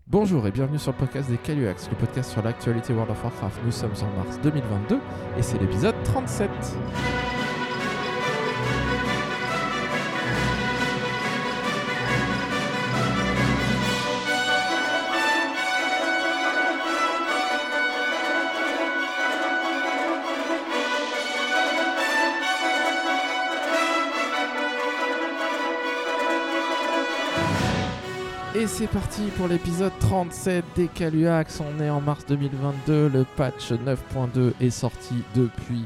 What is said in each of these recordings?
Bonjour et bienvenue sur le podcast des Caluax, le podcast sur l'actualité World of Warcraft. Nous sommes en mars 2022 et c'est l'épisode 37. Et c'est parti pour l'épisode 37 des Caluax. On est en mars 2022, le patch 9.2 est sorti depuis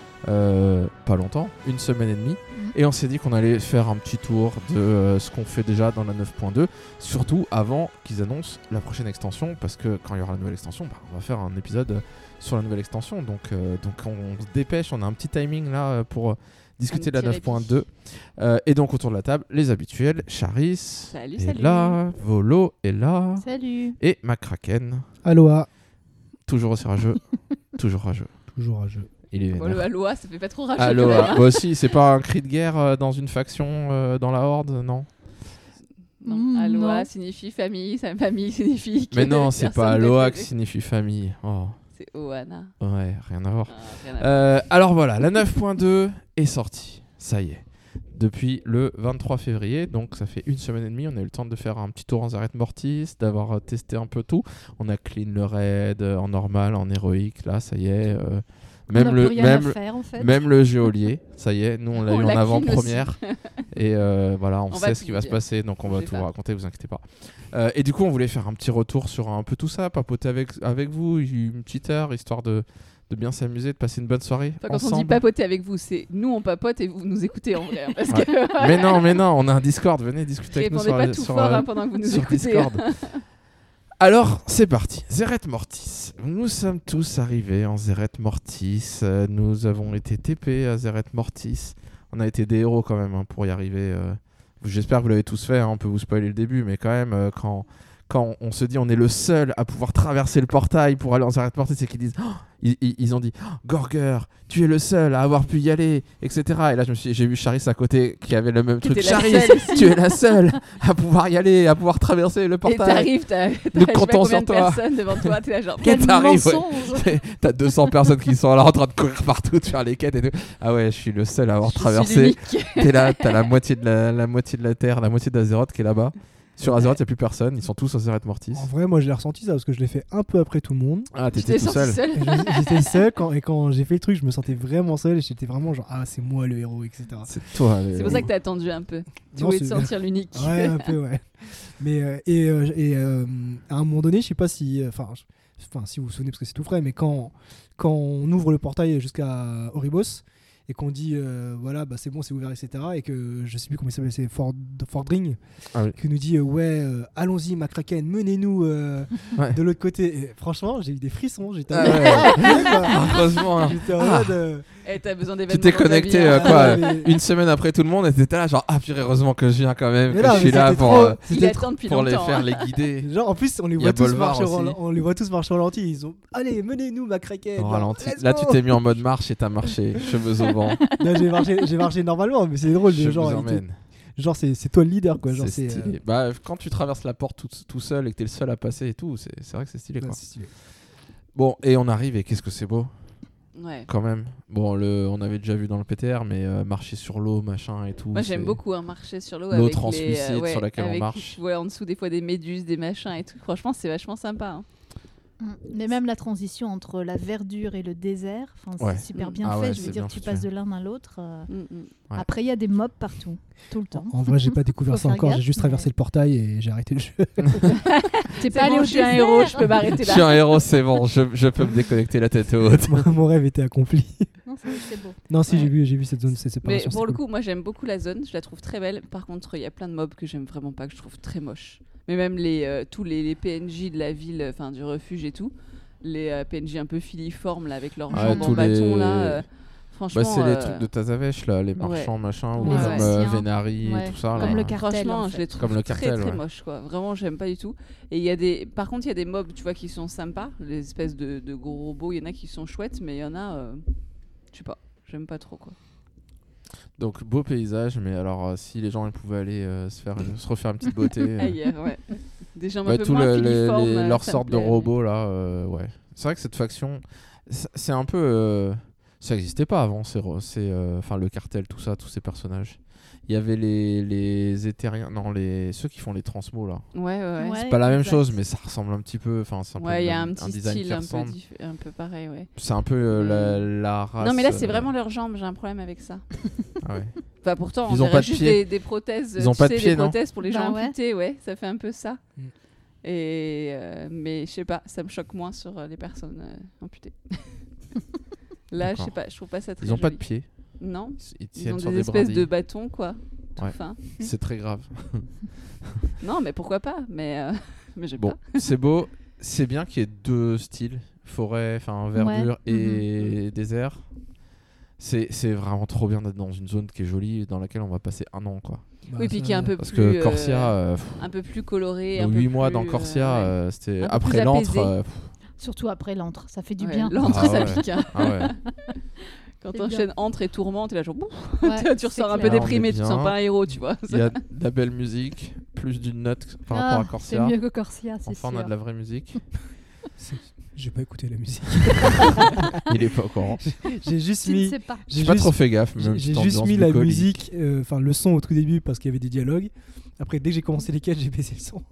pas longtemps, une semaine et demie. Et on s'est dit qu'on allait faire un petit tour de ce qu'on fait déjà dans la 9.2, surtout avant qu'ils annoncent la prochaine extension, parce que quand il y aura la nouvelle extension, on va faire un épisode sur la nouvelle extension. Donc on se dépêche, on a un petit timing là pour discuter de la 9.2. Et donc autour de la table, les habituels, Charis est là, Volo est là, salut, et McCracken. Aloha. Toujours aussi rageux. Toujours rageux. Toujours rageux. Il est bon, le Aloha, ça fait pas trop rageux. Aloha. Moi aussi, c'est pas un cri de guerre dans une faction dans la Horde, non? Non, Aloha signifie famille, sa famille signifie que mais non, c'est pas Aloha qui décédée. signifie famille. Oh. C'est Ohana. Ouais, rien à voir. Rien à voir. Alors voilà, la 9.2 est sortie. Ça y est. Depuis le 23 février, donc ça fait une semaine et demie, on a eu le temps de faire un petit tour en Zereth Mortis, d'avoir testé un peu tout. On a clean le raid en normal, en héroïque, là ça y est. Même le géolier, ça y est, nous on l'a eu en avant-première. Et voilà, on sait ce qui va se passer, donc on va tout vous raconter, vous inquiétez pas. Et du coup, on voulait faire un petit retour sur un peu tout ça, papoter avec vous, une petite heure, histoire de bien s'amuser, de passer une bonne soirée Enfin, quand ensemble. on dit papoter avec vous, c'est nous on papote et vous nous écoutez en vrai. Parce que... mais non, on a un Discord, venez discuter avec nous sur pas tout fort pendant que vous nous écoutez. Discord. Alors, c'est parti. Zereth Mortis. Nous sommes tous arrivés en Zereth Mortis. Nous avons été TP à Zereth Mortis. On a été des héros quand même pour y arriver. J'espère que vous l'avez tous fait. On peut vous spoiler le début, mais quand même, quand on se dit on est le seul à pouvoir traverser le portail pour aller en Zereth Mortis, c'est qu'ils disent ils ont dit Gorger, tu es le seul à avoir pu y aller, etc. Et là j'ai vu Charis à côté qui avait le même truc. Charis, tu es la seule à pouvoir y aller, à pouvoir traverser le portail. Et t'arrives, nous comptons sur toi. Personnes devant toi, t'es là genre quel mensonge. Ouais. T'as 200 personnes qui sont là en train de courir partout, de faire les quêtes et tout. Ah ouais, je suis le seul à avoir traversé. T'es là, t'as la moitié de la Terre, la moitié d'Azeroth qui est là-bas. Sur Azeroth, il n'y a plus personne, ils sont tous au Zereth Mortis. En vrai, moi je l'ai ressenti ça parce que je l'ai fait un peu après tout le monde. Ah, t'étais tout seul. J'étais seul et quand j'ai fait le truc, je me sentais vraiment seul et j'étais vraiment genre c'est moi le héros, etc. C'est toi le héros. C'est pour ça que t'as attendu un peu. Tu voulais te sentir l'unique. Ouais, un peu, ouais. Mais à un moment donné, je sais pas si. Enfin, si vous vous souvenez parce que c'est tout frais, mais quand on ouvre le portail jusqu'à Oribos. Et qu'on dit voilà c'est bon, c'est ouvert, etc. Et que je sais plus comment il s'appelle, c'est Fordring qui nous dit allons-y McCracken, menez-nous de l'autre côté. Et franchement j'ai eu des frissons, j'étais heureusement j'étais en mode t'as besoin d'événements. Tu t'es connecté une semaine après tout le monde et t'étais là genre purée, heureusement que je viens quand même, que je suis là pour les faire, les guider. Genre en plus on les voit tous marcher au ralenti, ils ont allez menez-nous McCracken au ralenti. Là tu t'es mis en mode marche et t'as marché cheveux au vent. Non, j'ai marché normalement, mais c'est drôle. Genre c'est toi le leader quoi. Genre, c'est quand tu traverses la porte tout seul et que t'es le seul à passer et tout, c'est vrai que c'est stylé quoi. C'est stylé. Bon, et on arrive et qu'est-ce que c'est beau. Ouais. Quand même. Bon, on avait déjà vu dans le PTR, mais marcher sur l'eau, machin et tout. Moi j'aime beaucoup marcher sur l'eau. L'eau translucide sur laquelle on marche. Tu vois en dessous des fois des méduses, des machins et tout. Franchement, c'est vachement sympa. Mais même la transition entre la verdure et le désert, c'est super bien fait. Je veux dire, tu passes de l'un à l'autre. Ouais. Après, il y a des mobs partout, tout le temps. En vrai, j'ai pas découvert ça encore. J'ai juste traversé le portail et j'ai arrêté le jeu. T'es pas allé au je suis un héros, je peux m'arrêter là. Je suis un héros, c'est bon. Je peux me déconnecter la tête haute. Mon rêve était accompli. Non, c'est beau. Non, si j'ai vu cette zone, c'est séparation. Mais pour le coup, moi j'aime beaucoup la zone. Je la trouve très belle. Par contre, il y a plein de mobs que j'aime vraiment pas, que je trouve très moches. Mais même tous les PNJ de la ville, enfin du refuge et tout. Les PNJ un peu filiformes là, avec leurs jambes en bâton là, franchement c'est les trucs de Tazavesh là, les marchands machin, ou comme Venari et tout ça comme là. le cartel, franchement je les trouve comme le très cartel, très moches quoi. Vraiment j'aime pas du tout. Et par contre il y a des mobs tu vois qui sont sympas, les espèces de gros robots, il y en a qui sont chouettes, mais il y en a je sais pas, j'aime pas trop quoi. Donc beau paysage, mais alors si les gens ils pouvaient aller se refaire une petite beauté. Ailleurs, ouais. Des gens un peu tout moins filiformes. leur sorte de robot là, ouais. C'est vrai que cette faction, c'est un peu, ça n'existait pas avant. Enfin le cartel, tout ça, tous ces personnages. Il y avait les éthériens, non ceux qui font les transmos là. Ouais. C'est pas la même chose, mais ça ressemble un petit peu. Enfin, c'est un peu il y a un petit design style un peu pareil, ouais. C'est un peu la race. Non, mais là c'est vraiment leurs jambes. J'ai un problème avec ça. Ah ouais. Enfin, pourtant, ils on ont pas de juste pied. des prothèses. Ils ont pas de pied, des non prothèses pour les gens ouais. amputés, ouais. Ça fait un peu ça. Mm. Et mais je sais pas, ça me choque moins sur les personnes amputées. Là, je sais pas, je trouve pas ça très. Ils ont joli. pas de pied. Non. Ils ont des espèces de bâtons, quoi. Ouais. Fin. C'est très grave. Non, mais pourquoi pas. Mais j'aime pas. C'est beau. C'est bien qu'il y ait deux styles, forêt, enfin verdure et désert. C'est vraiment trop bien d'être dans une zone qui est jolie, dans laquelle on va passer un an, quoi. Oui, puis qui est un peu parce plus. Que Corsia, un peu plus coloré. 8 mois dans Corsia, c'était un peu après plus l'antre. Surtout après l'antre, ça fait du bien. L'antre, ça pique. Hein. Ah ouais. Quand t'enchaînes entre et tourmente, t'es là genre. Tu ressors un clair. peu déprimé, tu te sens pas un héros, tu vois. Il y a de la belle musique, plus d'une note par rapport à Corsia. C'est mieux que Corsia, c'est sûr. Enfin, on a de la vraie musique. J'ai pas écouté la musique. Il est pas au courant. J'ai juste Tu mis. ne sais pas. J'ai pas trop fait gaffe. J'ai juste mis la musique, enfin le son au tout début parce qu'il y avait des dialogues. Après, dès que j'ai commencé les quêtes, j'ai baissé le son.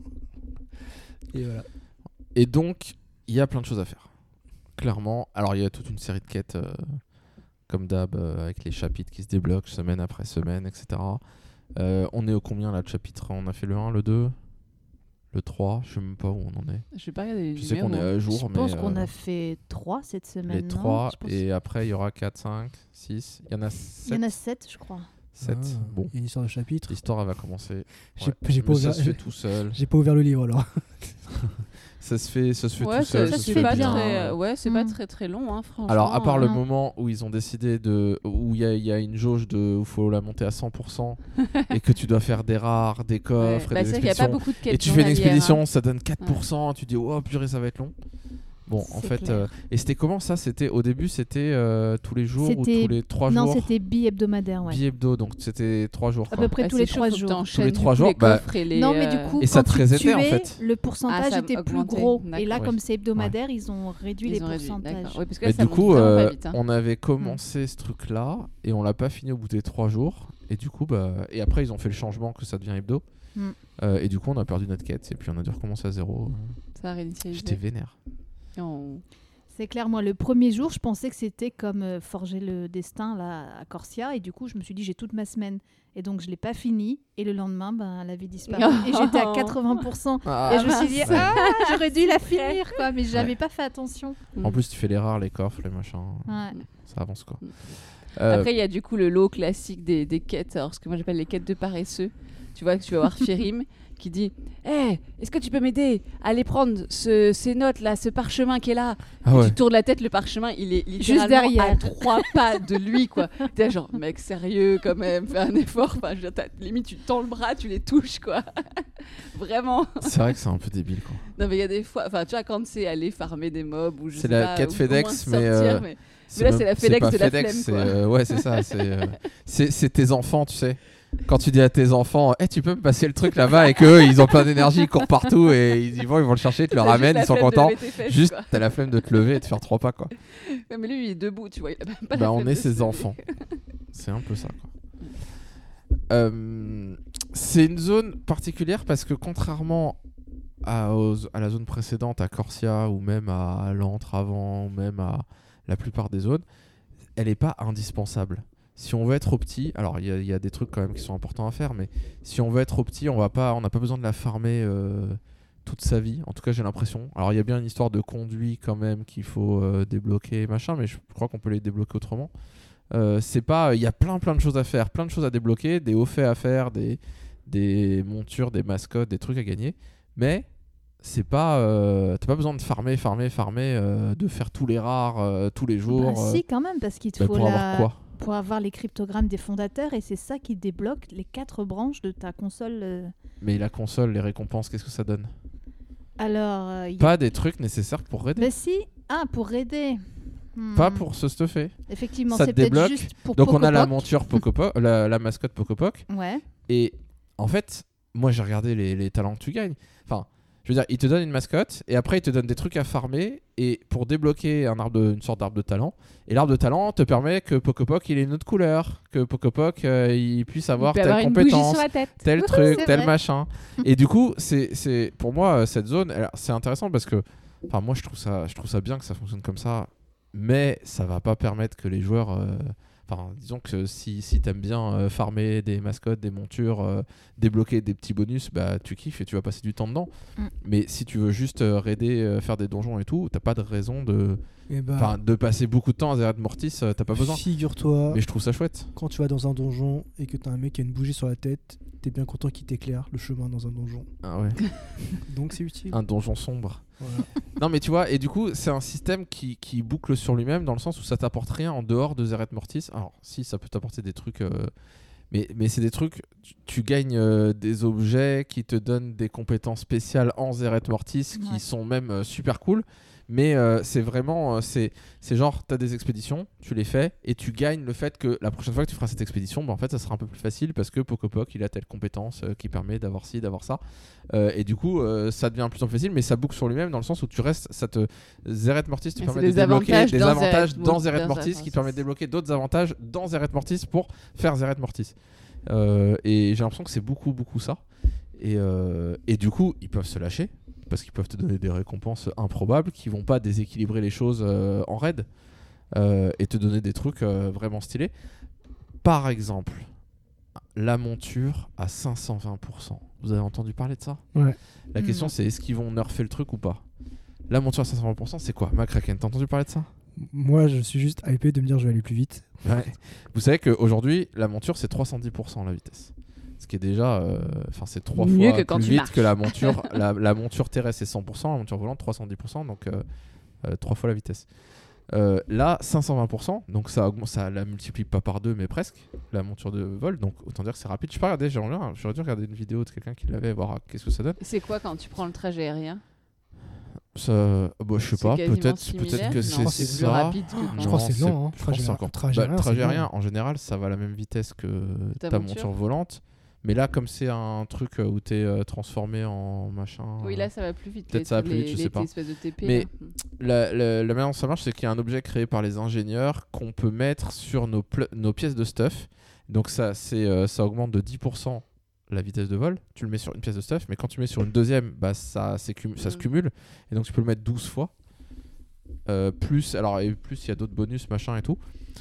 Et voilà. Et donc, il y a plein de choses à faire. Clairement. Alors, il y a toute une série de quêtes, comme d'hab, avec les chapitres qui se débloquent semaine après semaine, etc. On est au combien là de chapitres ? On a fait le 1, le 2 le 3, je sais même pas où on en est. Je vais pas regarder les Je sais qu'on est à jour, je pense qu'on a fait 3 cette semaine. Les 3, et après il y aura 4, 5, 6. Il y en a 7. Il y en a 7, je crois. 7. Bon. Il y a une histoire de chapitre. L'histoire, elle va commencer. J'ai pas ça se fait tout seul. J'ai pas ouvert le livre alors. Ça se fait tout seul. Ça se fait pas bien. C'est pas très très long, hein, franchement. Alors, à part le moment où ils ont décidé où il y a une jauge où il faut la monter à 100% et que tu dois faire des rares, des coffres et des expéditions. Il y a pas beaucoup de quêtes et tu fais une expédition, ça donne 4%, tu dis oh purée, ça va être long. Bon, en fait, et c'était comment ça ? C'était au début, c'était tous les jours ou tous les 3 jours ? Non, c'était bi-hebdomadaire, ouais. Bi-hebdo, donc c'était 3 jours. À peu près tous les 3 jours. Tous les 3 jours, non, mais du coup, et ça quand te resetait en fait. Le pourcentage était plus gros. Et là, comme c'est hebdomadaire, ils ont réduit les pourcentages. Et du coup, on avait commencé ce truc-là et on l'a pas fini au bout des 3 jours. Et du coup, et après, ils ont fait le changement que ça devient hebdo. Et du coup, on a perdu notre quête et puis on a dû recommencer à zéro. Ça a réinitialisé. J'étais vénère. C'est clair, moi le premier jour je pensais que c'était comme forger le destin là, à Corsia et du coup je me suis dit j'ai toute ma semaine et donc je l'ai pas fini et le lendemain elle avait disparu et j'étais à 80% et je me suis dit j'aurais dû la finir quoi, mais j'avais pas fait attention. En plus tu fais les rares, les coffres, les machins, ça avance quoi. Après il y a du coup le lot classique des quêtes, alors ce que moi j'appelle les quêtes de paresseux. Tu vois que tu vas voir Firim qui dit est-ce que tu peux m'aider à aller prendre ces notes là, ce parchemin qui est là. Tu tournes la tête, le parchemin il est littéralement juste derrière, à 3 pas de lui quoi. T'es genre mec sérieux quand même, fais un effort, enfin, limite tu tends le bras, tu les touches quoi. Vraiment. C'est vrai que c'est un peu débile quoi. Non mais il y a des fois, enfin tu vois quand c'est aller farmer des mobs ou je c'est sais la pas, quête FedEx mais là c'est la FedEx de la flemme quoi. Ouais c'est ça, c'est tes enfants tu sais. Quand tu dis à tes enfants, tu peux me passer le truc là-bas et qu'eux, ils ont plein d'énergie, ils courent partout et ils vont le chercher, ils te le ramènent, ils sont contents. Juste, t'as la flemme de te lever et de faire 3 pas, quoi. Ouais, mais lui, il est debout, tu vois. Il a même pas on est ses enfants. C'est un peu ça, quoi. C'est une zone particulière parce que contrairement à la zone précédente, à Corsia ou même à l'antre avant, ou même à la plupart des zones, elle n'est pas indispensable. Si on veut être opti, alors il y a des trucs quand même qui sont importants à faire, mais si on veut être opti, on n'a pas besoin de la farmer toute sa vie. En tout cas, j'ai l'impression. Alors il y a bien une histoire de conduit quand même qu'il faut débloquer, machin, mais je crois qu'on peut les débloquer autrement. C'est pas, il y a plein de choses à faire, plein de choses à débloquer, des hauts faits à faire, des montures, des mascottes, des trucs à gagner, mais c'est pas, t'as pas besoin de farmer, de faire tous les rares tous les jours. Si quand même, parce qu'il te faut pour avoir quoi ? Pour avoir les cryptogrammes des fondateurs et c'est ça qui débloque les 4 branches de ta console. Mais la console, les récompenses, qu'est-ce que ça donne ? Alors, pas des trucs nécessaires pour raider. Mais si, pour raider. Pas pour se stuffer. Effectivement, Ça c'est te peut-être débloque. juste pour Donc on a la Pocopoc. monture Pocopoc, la mascotte Pocopoc. Ouais. Et en fait, moi j'ai regardé les talents que tu gagnes. Enfin, je veux dire, ils te donnent une mascotte et après ils te donnent des trucs à farmer et pour débloquer une sorte d'arbre de talent. Et l'arbre de talent te permet que Pocopoc il ait une autre couleur, que Pocopoc il puisse avoir Il peut telle avoir une bougie compétence, sur la tête. tel Wouhou, truc, c'est tel vrai. machin. Et du coup, c'est pour moi cette zone, alors, c'est intéressant parce que, enfin moi je trouve ça bien que ça fonctionne comme ça, mais ça va pas permettre que les joueurs, enfin disons que si t'aimes bien farmer des mascottes, des montures, débloquer des petits bonus, bah tu kiffes et tu vas passer du temps dedans. Mais si tu veux juste raider, faire des donjons et tout, t'as pas de raison de passer beaucoup de temps à Zereth Mortis, t'as pas besoin. Figure-toi, Mais je trouve ça chouette. quand tu vas dans un donjon et que t'as un mec qui a une bougie sur la tête, t'es bien content qu'il t'éclaire le chemin dans un donjon. Ah ouais. Donc c'est utile. Un donjon sombre. Voilà. Non mais tu vois, et du coup c'est un système qui boucle sur lui-même dans le sens où ça t'apporte rien en dehors de Zereth Mortis. Alors si, ça peut t'apporter des trucs, mais c'est des trucs, tu gagnes des objets qui te donnent des compétences spéciales en Zereth Mortis qui sont même super cool. Mais c'est vraiment, c'est genre, t'as des expéditions, tu les fais et tu gagnes le fait que la prochaine fois que tu feras cette expédition, bah, en fait ça sera un peu plus facile parce que Pocopoc il a telle compétence qui permet d'avoir ci, d'avoir ça. Et du coup ça devient plus en plus facile, mais ça boucle sur lui-même dans le sens où tu restes, Zereth Mortis te Mais permet c'est de des débloquer avantages des dans avantages Zereth dans Zereth Mortis, Mortis qui te permet de débloquer d'autres avantages dans Zereth Mortis pour faire Zereth Mortis. Et j'ai l'impression que c'est beaucoup ça. Et du coup ils peuvent se lâcher. Parce qu'ils peuvent te donner des récompenses improbables qui vont pas déséquilibrer les choses en raid et te donner des trucs vraiment stylés. Par exemple, la monture à 520%. Vous avez entendu parler de ça ? Ouais. La question c'est est-ce qu'ils vont nerfer le truc ou pas ? La monture à 520%, c'est quoi ? Macraken, t'as entendu parler de ça ? Moi je suis juste hypé de me dire je vais aller plus vite. Ouais. Vous savez qu'aujourd'hui, la monture c'est 310% la vitesse. Ce qui est déjà, c'est 3 Mieux fois que quand plus tu vite marches. que la monture. la monture terrestre c'est 100%, la monture volante 310%, donc 3 fois la vitesse. Là 520%, donc ça la multiplie pas par 2 mais presque la monture de vol, donc autant dire que c'est rapide. Je sais pas regarder, j'aurais dû regarder une vidéo de quelqu'un qui l'avait, voir qu'est-ce que ça donne. C'est quoi quand tu prends le trajet aérien ? Ça, je sais C'est pas, quasiment peut-être similaire que Non, c'est c'est plus ça. rapide que Je crois que c'est lent, hein. Je pense que c'est encore Trajet aérien, trajet c'est aérien, lent. en général, ça va à la même vitesse que Ta ta monture. monture volante. Mais là, comme c'est un truc où t'es transformé en machin. Oui, là ça va plus vite. Peut-être ça va plus vite, je sais pas. Espèces de TP. Mais là. la manière dont ça marche, c'est qu'il y a un objet créé par les ingénieurs qu'on peut mettre sur nos pièces de stuff. Donc ça augmente de 10% la vitesse de vol. Tu le mets sur une pièce de stuff, mais quand tu mets sur une deuxième, bah, ça se cumule. Et donc tu peux le mettre 12 fois. Plus il y a d'autres bonus, machin et tout.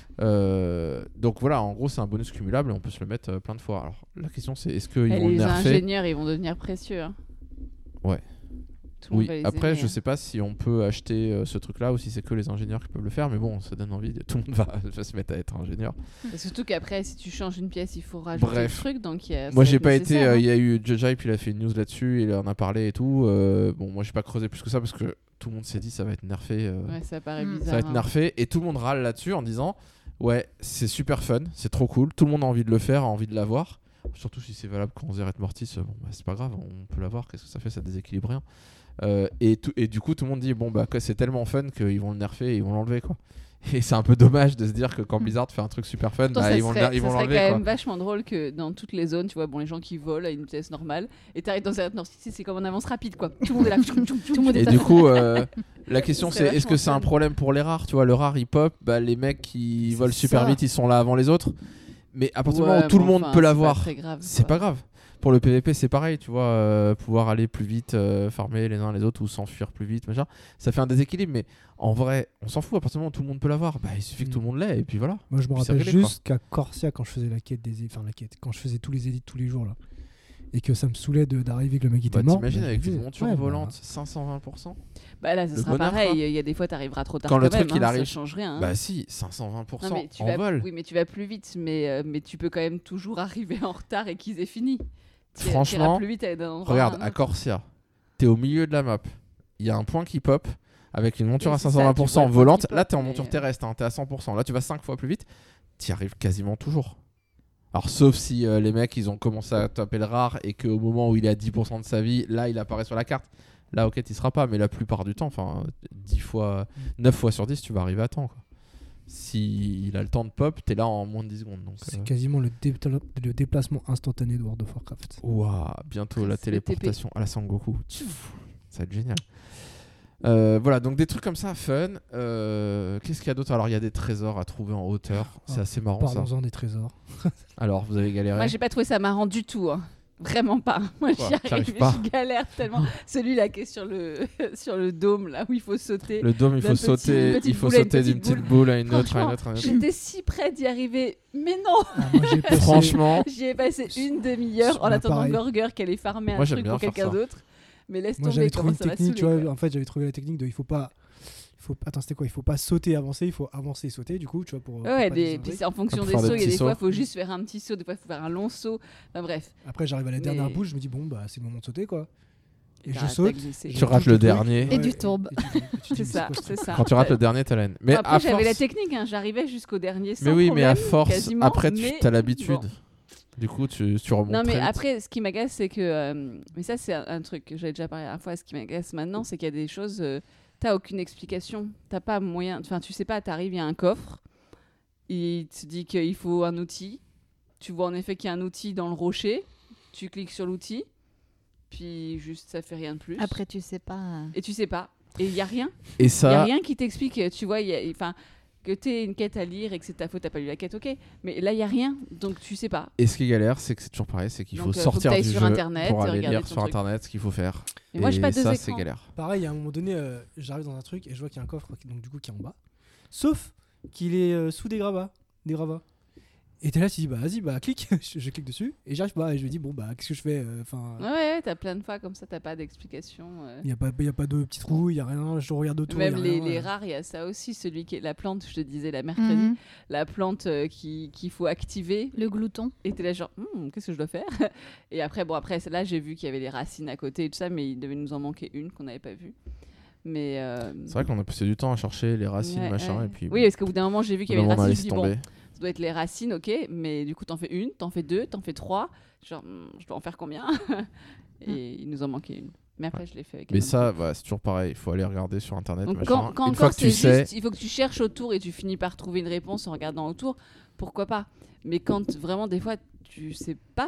Donc voilà, en gros c'est un bonus cumulable et on peut se le mettre plein de fois. Alors la question c'est est-ce qu'ils vont le Les nerfer ? ingénieurs ils vont devenir précieux. Hein. Ouais. Tout le monde Oui, va les après aimer, je hein. sais pas si on peut acheter ce truc là ou si c'est que les ingénieurs qui peuvent le faire, mais bon ça donne envie, tout le monde va se mettre à être ingénieur. Et surtout qu'après si tu changes une pièce il faut rajouter Bref. le truc donc ça Moi va j'ai être pas nécessaire, été, hein. il y a eu Judge puis il a fait une news là-dessus, il en a parlé et tout. Bon moi j'ai pas creusé plus que ça parce que tout le monde s'est dit ça va être nerfé. Ouais, ça paraît Mm. bizarre. Ça va être hein. nerfé et tout le monde râle là-dessus en disant ouais c'est super fun, c'est trop cool, tout le monde a envie de le faire, a envie de l'avoir, surtout si c'est valable quand Zereth Mortis, bon bah c'est pas grave, on peut l'avoir, qu'est-ce que ça fait, ça déséquilibre rien. Et du coup tout le monde dit bon bah que c'est tellement fun qu'ils vont le nerfer et ils vont l'enlever quoi. Et c'est un peu dommage de se dire que quand Blizzard fait un truc super fun, Pourtant, bah, ça ils vont serait quand l'enlever même quoi. vachement drôle que dans toutes les zones, tu vois, bon, les gens qui volent à une vitesse normale, et t'arrives dans Zereth North City, c'est comme en avance rapide, quoi. Tout le monde est là. Tout le monde Et est du coup, la question Ce serait c'est est-ce que vachement c'est un fun. problème pour les rares ? Tu vois, le rare il pop, bah, les mecs qui C'est volent super ça. vite ils sont là avant les autres. Mais à partir du moment où tout le monde peut l'avoir, c'est pas grave. Pour le PVP, c'est pareil, tu vois, pouvoir aller plus vite, farmer les uns les autres ou s'enfuir plus vite, machin. Ça fait un déséquilibre, mais en vrai, on s'en fout. À partir du moment où tout le monde peut l'avoir, bah, il suffit que tout le monde l'ait et puis voilà. Moi je me Puis c'est rappelle réglé, juste qu'à Corsia quand je faisais quand je faisais tous les edits tous les jours là, et que ça me saulait d'arriver que le mec était Bah, mort. t'imagines bah, avec j'ai une vu. monture Ouais, volante, 520%. Bah là, ça Le sera bonheur, pareil. quoi. Il y a des fois, t'arrives trop tard Quand le même, truc, il hein, arrive- ça change rien. hein. Bah si, 520% Non, mais tu en vas, vol. oui, mais tu vas plus vite, mais tu peux quand même toujours arriver en retard et qu'ils aient fini. Franchement, t'iras plus vite d'un endroit à regarde, un à autre. Corsia, t'es au milieu de la map. Il y a un point qui pop avec une monture Oui, à c'est ça, tu vois 520% le point volante. qui pop, Là, t'es en mais- monture terrestre, hein, t'es à 100%. Là, tu vas 5 fois plus vite. T'y arrives quasiment toujours. Alors, sauf si les mecs, ils ont commencé à taper le rare et qu'au moment où il est à 10% de sa vie, là, il apparaît sur la carte. Là, ok, tu seras pas, mais la plupart du temps, 9 fois sur 10, tu vas arriver à temps, quoi. Si il a le temps de pop, t'es là en moins de 10 secondes. Donc, c'est quasiment le déplacement instantané de World of Warcraft. Ouah, bientôt la C'est le téléportation à la Sangoku. Ça va être génial. Voilà, donc des trucs comme ça, fun. Qu'est-ce qu'il y a d'autre ? Alors, il y a des trésors à trouver en hauteur. C'est assez marrant, ça. Parlons-en des trésors. Alors, vous avez galéré ? Moi, j'ai pas trouvé ça marrant du tout. Hein. Vraiment pas. Moi, Quoi, t'arrives pas je galère tellement. Celui-là qui est sur le dôme, là où il faut sauter. Le dôme, il faut sauter, petite il faut boule à une sauter d'une petite petite boule à une autre, à une Franchement, autre, à une autre. J'étais si près d'y arriver, mais non. Moi, j'ai passé- Franchement, J'y ai passé une demi-heure en Bah, attendant pareil. Gorger qu'elle ait farmé un Moi, j'aime truc bien pour faire quelqu'un ça. d'autre. Mais laisse Moi, tomber j'avais trouvé comment une ça va technique, saouler. tu vois. En fait, j'avais trouvé la technique de attends, c'était quoi ? Il faut pas sauter, avancer, il faut avancer et sauter, du coup, tu vois, pour. Ouais, pas puis désordrer. c'est en fonction Pour des faire des sauts. Il y a petits des fois, il sauts. faut juste faire un petit saut, des fois, il faut faire un long saut. Enfin bref. Après, j'arrive à la Mais- dernière boule, je me dis, bon, bah, c'est le moment de sauter, quoi. Et T'as- je t'as saute. glissé. et Tu je rates touche le truc, dernier. Et tu tombes. et tu C'est dis, ça, quoi, ce c'est truc ? ça. quand tu rates le dernier, t'as la haine. Mais Après, à j'avais la force, technique, hein, j'arrivais jusqu'au dernier sans mais oui, mais à problème, force, quasiment, après, mais tu as l'habitude. bon. Du coup, tu remontes Non, mais très vite. après, ce qui m'agace, c'est que. Mais ça, c'est un truc que j'avais déjà parlé la dernière fois. Ce qui m'agace maintenant, c'est qu'il y a des choses. T'as aucune explication. T'as pas moyen. Enfin, tu sais pas, t'arrives, il y a un coffre. Il te dit qu'il faut un outil. Tu vois en effet qu'il y a un outil dans le rocher. Tu cliques sur l'outil. Puis juste, ça fait rien de plus. Après, tu sais pas. Et tu sais pas. Et il y a rien. Et Il y a ça, rien qui t'explique. Tu vois, enfin. Que t'aies une quête à lire et que c'est ta faute, t'as pas lu la quête, ok. Mais là, il y a rien, donc tu sais pas. et ce qui est galère, c'est que c'est toujours pareil, c'est qu'il Donc, faut faut que sortir t'ailles du sur jeu Internet, pour aller regarder lire ton sur truc. Internet ce qu'il faut faire. Mais moi, j'ai pas deux ça, écrans. c'est galère. Pareil, à un moment donné, j'arrive dans un truc et je vois qu'il y a un coffre, donc du coup, qui est en bas. Sauf qu'il est sous des gravats. Et t'es là, tu dis, bah vas-y, bah clique. je clique dessus et j'arrive pas. Et je me dis, bon, bah qu'est-ce que je fais ? Enfin, Ouais, t'as plein de fois comme ça, t'as pas d'explication. il y a pas de petits trous, il y a rien. Je regarde autour. Même y a les rien, rares, il y a ça aussi. Celui qui est la plante, je te disais la mercredi, Mhm. la plante qu'il faut activer. Le glouton. Et t'es là, genre, qu'est-ce que je dois faire ? Et après, là, j'ai vu qu'il y avait les racines à côté et tout ça, mais il devait nous en manquer une qu'on n'avait pas vue. Mais. C'est vrai qu'on a passé du temps à chercher les racines, ouais, machin, ouais. et puis. Oui, parce qu'au bout d'un moment, j'ai vu qu'il y avait on une racine. Je me laisse suis dit, tomber. bon, ça doit être les racines, ok, mais du coup, t'en fais une, t'en fais deux, t'en fais trois. Genre, je dois en faire combien ? Et il nous en manquait une. Mais après, je l'ai fait avec un Mais autre. ça, voilà, c'est toujours pareil. Il faut aller regarder sur Internet, Donc, machin. quand Une fois encore que tu c'est sais, juste, il faut que tu cherches autour et tu finis par trouver une réponse en regardant autour, pourquoi pas ? Mais quand vraiment, des fois, tu sais pas,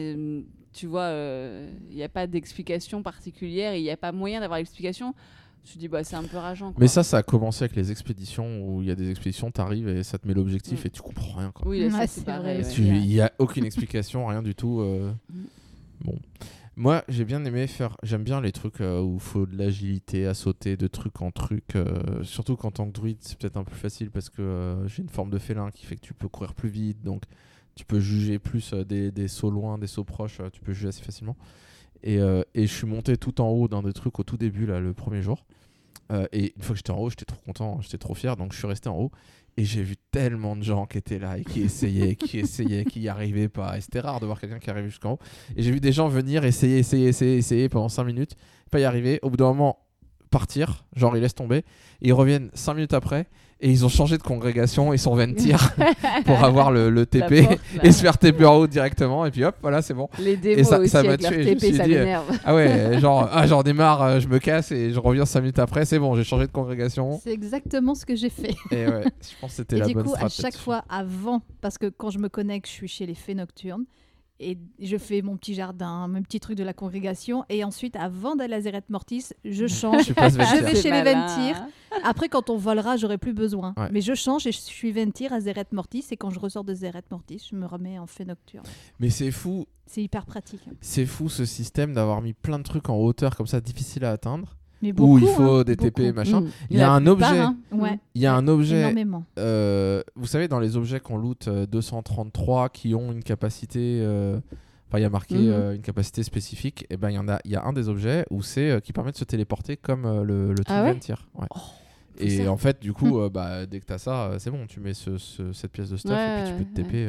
tu vois, il n'y a pas d'explication particulière et il n'y a pas moyen d'avoir l'explication, tu te dis, bah, c'est un peu rageant. Quoi. mais ça a commencé avec les expéditions où il y a des expéditions, t'arrives et ça te met l'objectif et tu comprends rien, quoi. Oui, là, ça, Ouais, c'est c'est pareil. vrai. ouais. Il y a aucune explication, rien du tout. Bon. Moi, j'ai bien aimé faire. J'aime bien les trucs où il faut de l'agilité à sauter de truc en truc. Surtout qu'en tant que druide, c'est peut-être un peu plus facile parce que j'ai une forme de félin qui fait que tu peux courir plus vite. Donc, tu peux juger plus des sauts loin, des sauts proches. Tu peux juger assez facilement. Et je suis monté tout en haut d'un des trucs au tout début, là, le premier jour. Et une fois que j'étais en haut, j'étais trop content, j'étais trop fier. Donc, je suis resté en haut. Et j'ai vu tellement de gens qui étaient là et qui essayaient, qui n'y arrivaient pas. Et c'était rare de voir quelqu'un qui arrivait jusqu'en haut. Et j'ai vu des gens venir essayer pendant 5 minutes, pas y arriver. Au bout d'un moment, partir, genre ils laissent tomber. Et ils reviennent 5 minutes après et ils ont changé de congrégation. Ils sont ventir pour avoir le TP La porte, là. et se faire TP en haut directement. Et puis hop, voilà, c'est bon. Les démos ça aussi m'a avec leur tué, je me TP, suis ça dit, m'énerve. Ah ouais, genre, j'en ai marre, je me casse et je reviens 5 minutes après. C'est bon, j'ai changé de congrégation. C'est exactement ce que j'ai fait. Et ouais, je pense que c'était Et la du bonne coup, à stratégie. chaque fois avant, parce que quand je me connecte, je suis chez les fées nocturnes et je fais mon petit jardin, mon petit truc de la congrégation. Et ensuite, avant d'aller à Zeret Mortis, je change. Je passe Ventir. Je vais C'est chez les malin. Ventir. Après, quand on volera, j'aurai plus besoin. Ouais. Mais je change et je suis Ventir à Zeret Mortis. Et quand je ressors de Zeret Mortis, je me remets en fée nocturne. Mais c'est fou, C'est hyper pratique. ce système d'avoir mis plein de trucs en hauteur comme ça, difficile à atteindre. Mais Où beaucoup, il faut hein, des TP, beaucoup. machin. Il y La a un plupart, objet. hein. Ouais. Il y a un objet. Énormément. Vous savez, dans les objets qu'on loot 233 qui ont une capacité. Enfin, il y a marqué une capacité spécifique. Et ben, il y a un des objets où c'est qui permet de se téléporter comme le truc Ah ouais Ventir. Ouais. c'est Et ça. en fait, du coup, dès que t'as ça, c'est bon, tu mets cette pièce de stuff et puis tu peux te TP.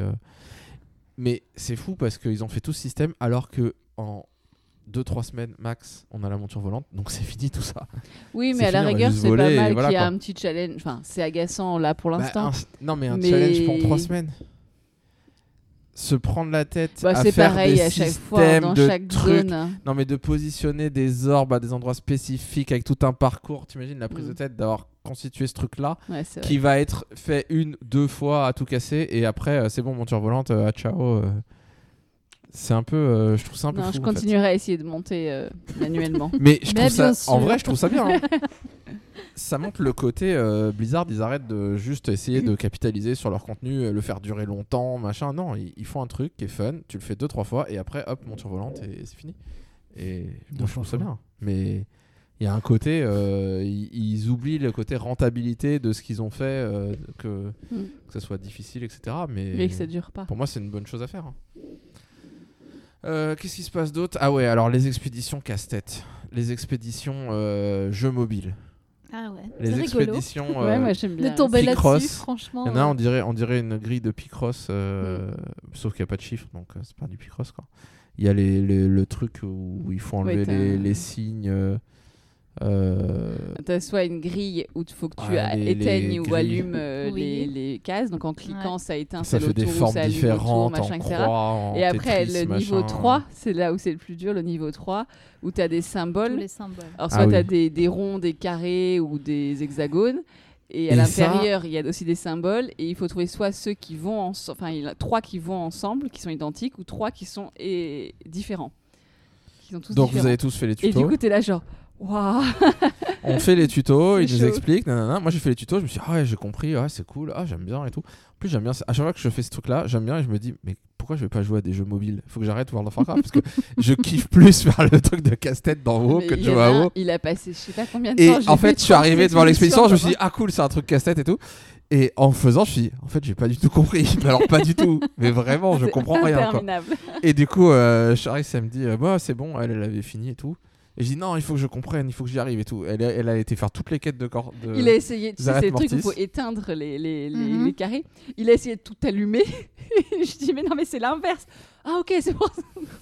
Mais c'est fou parce qu'ils ont fait tout ce système alors que en 2-3 semaines max, on a la monture volante, donc c'est fini tout ça. Oui, C'est mais à la fini, on va rigueur, juste c'est voler pas et mal voilà, qu'il y a quoi. un petit challenge. Enfin, c'est agaçant là pour l'instant. Non, mais un Mais- challenge pour 3 semaines. se prendre la tête Bah, à c'est faire pareil des à chaque fois, systèmes dans de chaque trucs. zone. Non, mais de positionner des orbes à des endroits spécifiques avec tout un parcours. T'imagines la prise de tête d'avoir constitué ce truc-là Ouais, c'est vrai. qui va être fait 1-2 fois à tout casser et après c'est bon, monture volante, à ciao. C'est un peu, je trouve ça un peu Non, fou. je en fait. continuerai à essayer de monter manuellement. Mais je Mais trouve ça, bien sûr. en vrai, je trouve ça bien. Hein. Ça montre le côté Blizzard, ils arrêtent de juste essayer de capitaliser sur leur contenu, le faire durer longtemps, machin. Non, ils font un truc qui est fun, tu le fais 2-3 fois et après, hop, monture volante et c'est fini. Et moi, je trouve ça bien. Mais il y a un côté, ils oublient le côté rentabilité de ce qu'ils ont fait, que ça soit difficile, etc. Mais que ça dure pas. Pour moi, c'est une bonne chose à faire. Hein. Qu'est-ce qui se passe d'autre ? Ah ouais, alors les expéditions casse-tête. Les expéditions jeux mobiles. Ah ouais, Les c'est rigolo. expéditions Ouais, moi j'aime bien. De tomber Picross. là-dessus, franchement. Il y en a, on dirait une grille de Picross, sauf qu'il n'y a pas de chiffres, donc c'est pas du Picross, quoi. Il y a le truc où il faut enlever Ouais, les signes. T'as soit une grille où il faut que tu Ouais, éteignes les ou grilles. allumes Oui. les cases. Donc en cliquant, Ouais. ça éteint, Ça c'est fait des l'auto, formes ça allume différentes, autour, machin, en etc. croix, en Et après, Tetris, le niveau machin. 3, c'est là où c'est le plus dur, le niveau 3, où tu as des Tous symboles. les symboles. Alors, Ah soit tu as oui. des ronds, des carrés ou des hexagones. Et à Et l'intérieur, il y a aussi des symboles. Et il faut trouver soit ceux qui vont ensemble, enfin, il y en a 3 qui vont ensemble, qui sont identiques, ou 3 qui sont différents. Qui sont tous Donc différents. vous avez tous fait les Et tutos. du coup, tu es là, genre, waouh! On fait les tutos, C'est ils nous chaud. expliquent. Nanana. Moi j'ai fait les tutos, je me suis dit, ah ouais, j'ai compris, ouais, c'est cool, ah, j'aime bien et tout. En plus, j'aime bien, à chaque fois que je fais ce truc-là, j'aime bien et je me dis, mais pourquoi je vais pas jouer à des jeux mobiles ? Faut que j'arrête World of Warcraft parce que je kiffe plus faire le truc de casse-tête d'en haut Mais que de il y en jouer a à un, WoW. il a passé je sais pas combien de Et temps. en fait, je suis arrivé devant l'expédition, je me suis dit, ah cool, c'est un truc casse-tête et tout. Et en faisant, je me suis dit, en fait, j'ai pas du tout compris. Mais alors, pas du tout. Mais vraiment, je comprends rien, quoi. Interminable. Et du coup, Charlie, ça me dit, bah, c'est bon, elle avait fini et tout. Et je dis, non, il faut que je comprenne, il faut que j'y arrive et tout. Elle a été faire toutes les quêtes de corps. Il a essayé, tu sais, Zaret c'est le truc où il Mortis. faut éteindre les Mhm. carrés. Il a essayé de tout allumer. Je dis, mais non, mais c'est l'inverse. Ah, ok, c'est bon.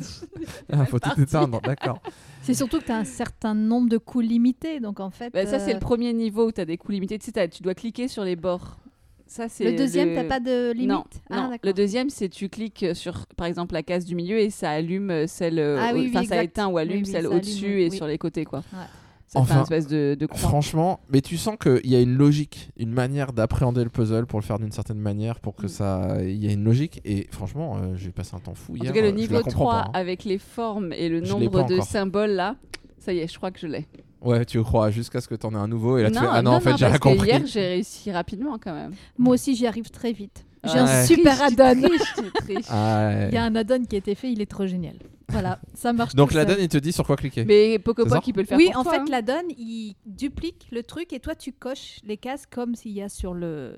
Ah, faut tout parti. éteindre, d'accord. C'est surtout que tu as un certain nombre de coups limités. Donc en fait. Bah, ça, c'est le premier niveau où tu as des coups limités. Tu sais, tu dois cliquer sur les bords. Ça, c'est Le deuxième, t'as pas de limite. Non, Ah, non. d'accord. Le deuxième, c'est tu cliques sur, par exemple, la case du milieu et ça allume celle, Ah oui, oui, enfin ça exact. éteint ou allume Oui, oui, celle ça allume, au-dessus oui, et oui. sur les côtés, quoi. Ouais. Ça Enfin, fait une espèce de croix. Franchement, mais tu sens qu'il y a une logique, une manière d'appréhender le puzzle pour le faire d'une certaine manière, pour que ça, il y a une logique. Et franchement, j'ai passé un temps fou En hier. tout cas, le je la niveau comprends 3, pas, hein. avec les formes et le Je l'ai nombre pas de encore. symboles là, ça y est, je crois que je l'ai. Ouais, tu crois, jusqu'à ce que t'en aies un nouveau. Et là, tu fais, ah non, en fait, j'ai parce rien que compris. hier, j'ai réussi rapidement quand même. Moi aussi, j'y arrive très vite. J'ai Ouais. un super add-on. Tu triches. Ah, ouais. Il y a un add-on qui a été fait, il est trop génial. Voilà, ça marche. Donc tout la seul. donne, il te dit sur quoi cliquer. Mais C'est Pocopoc, ça il peut le faire Oui, pour en toi, fait, hein. l'add-on, il duplique le truc et toi, tu coches les cases comme s'il y a sur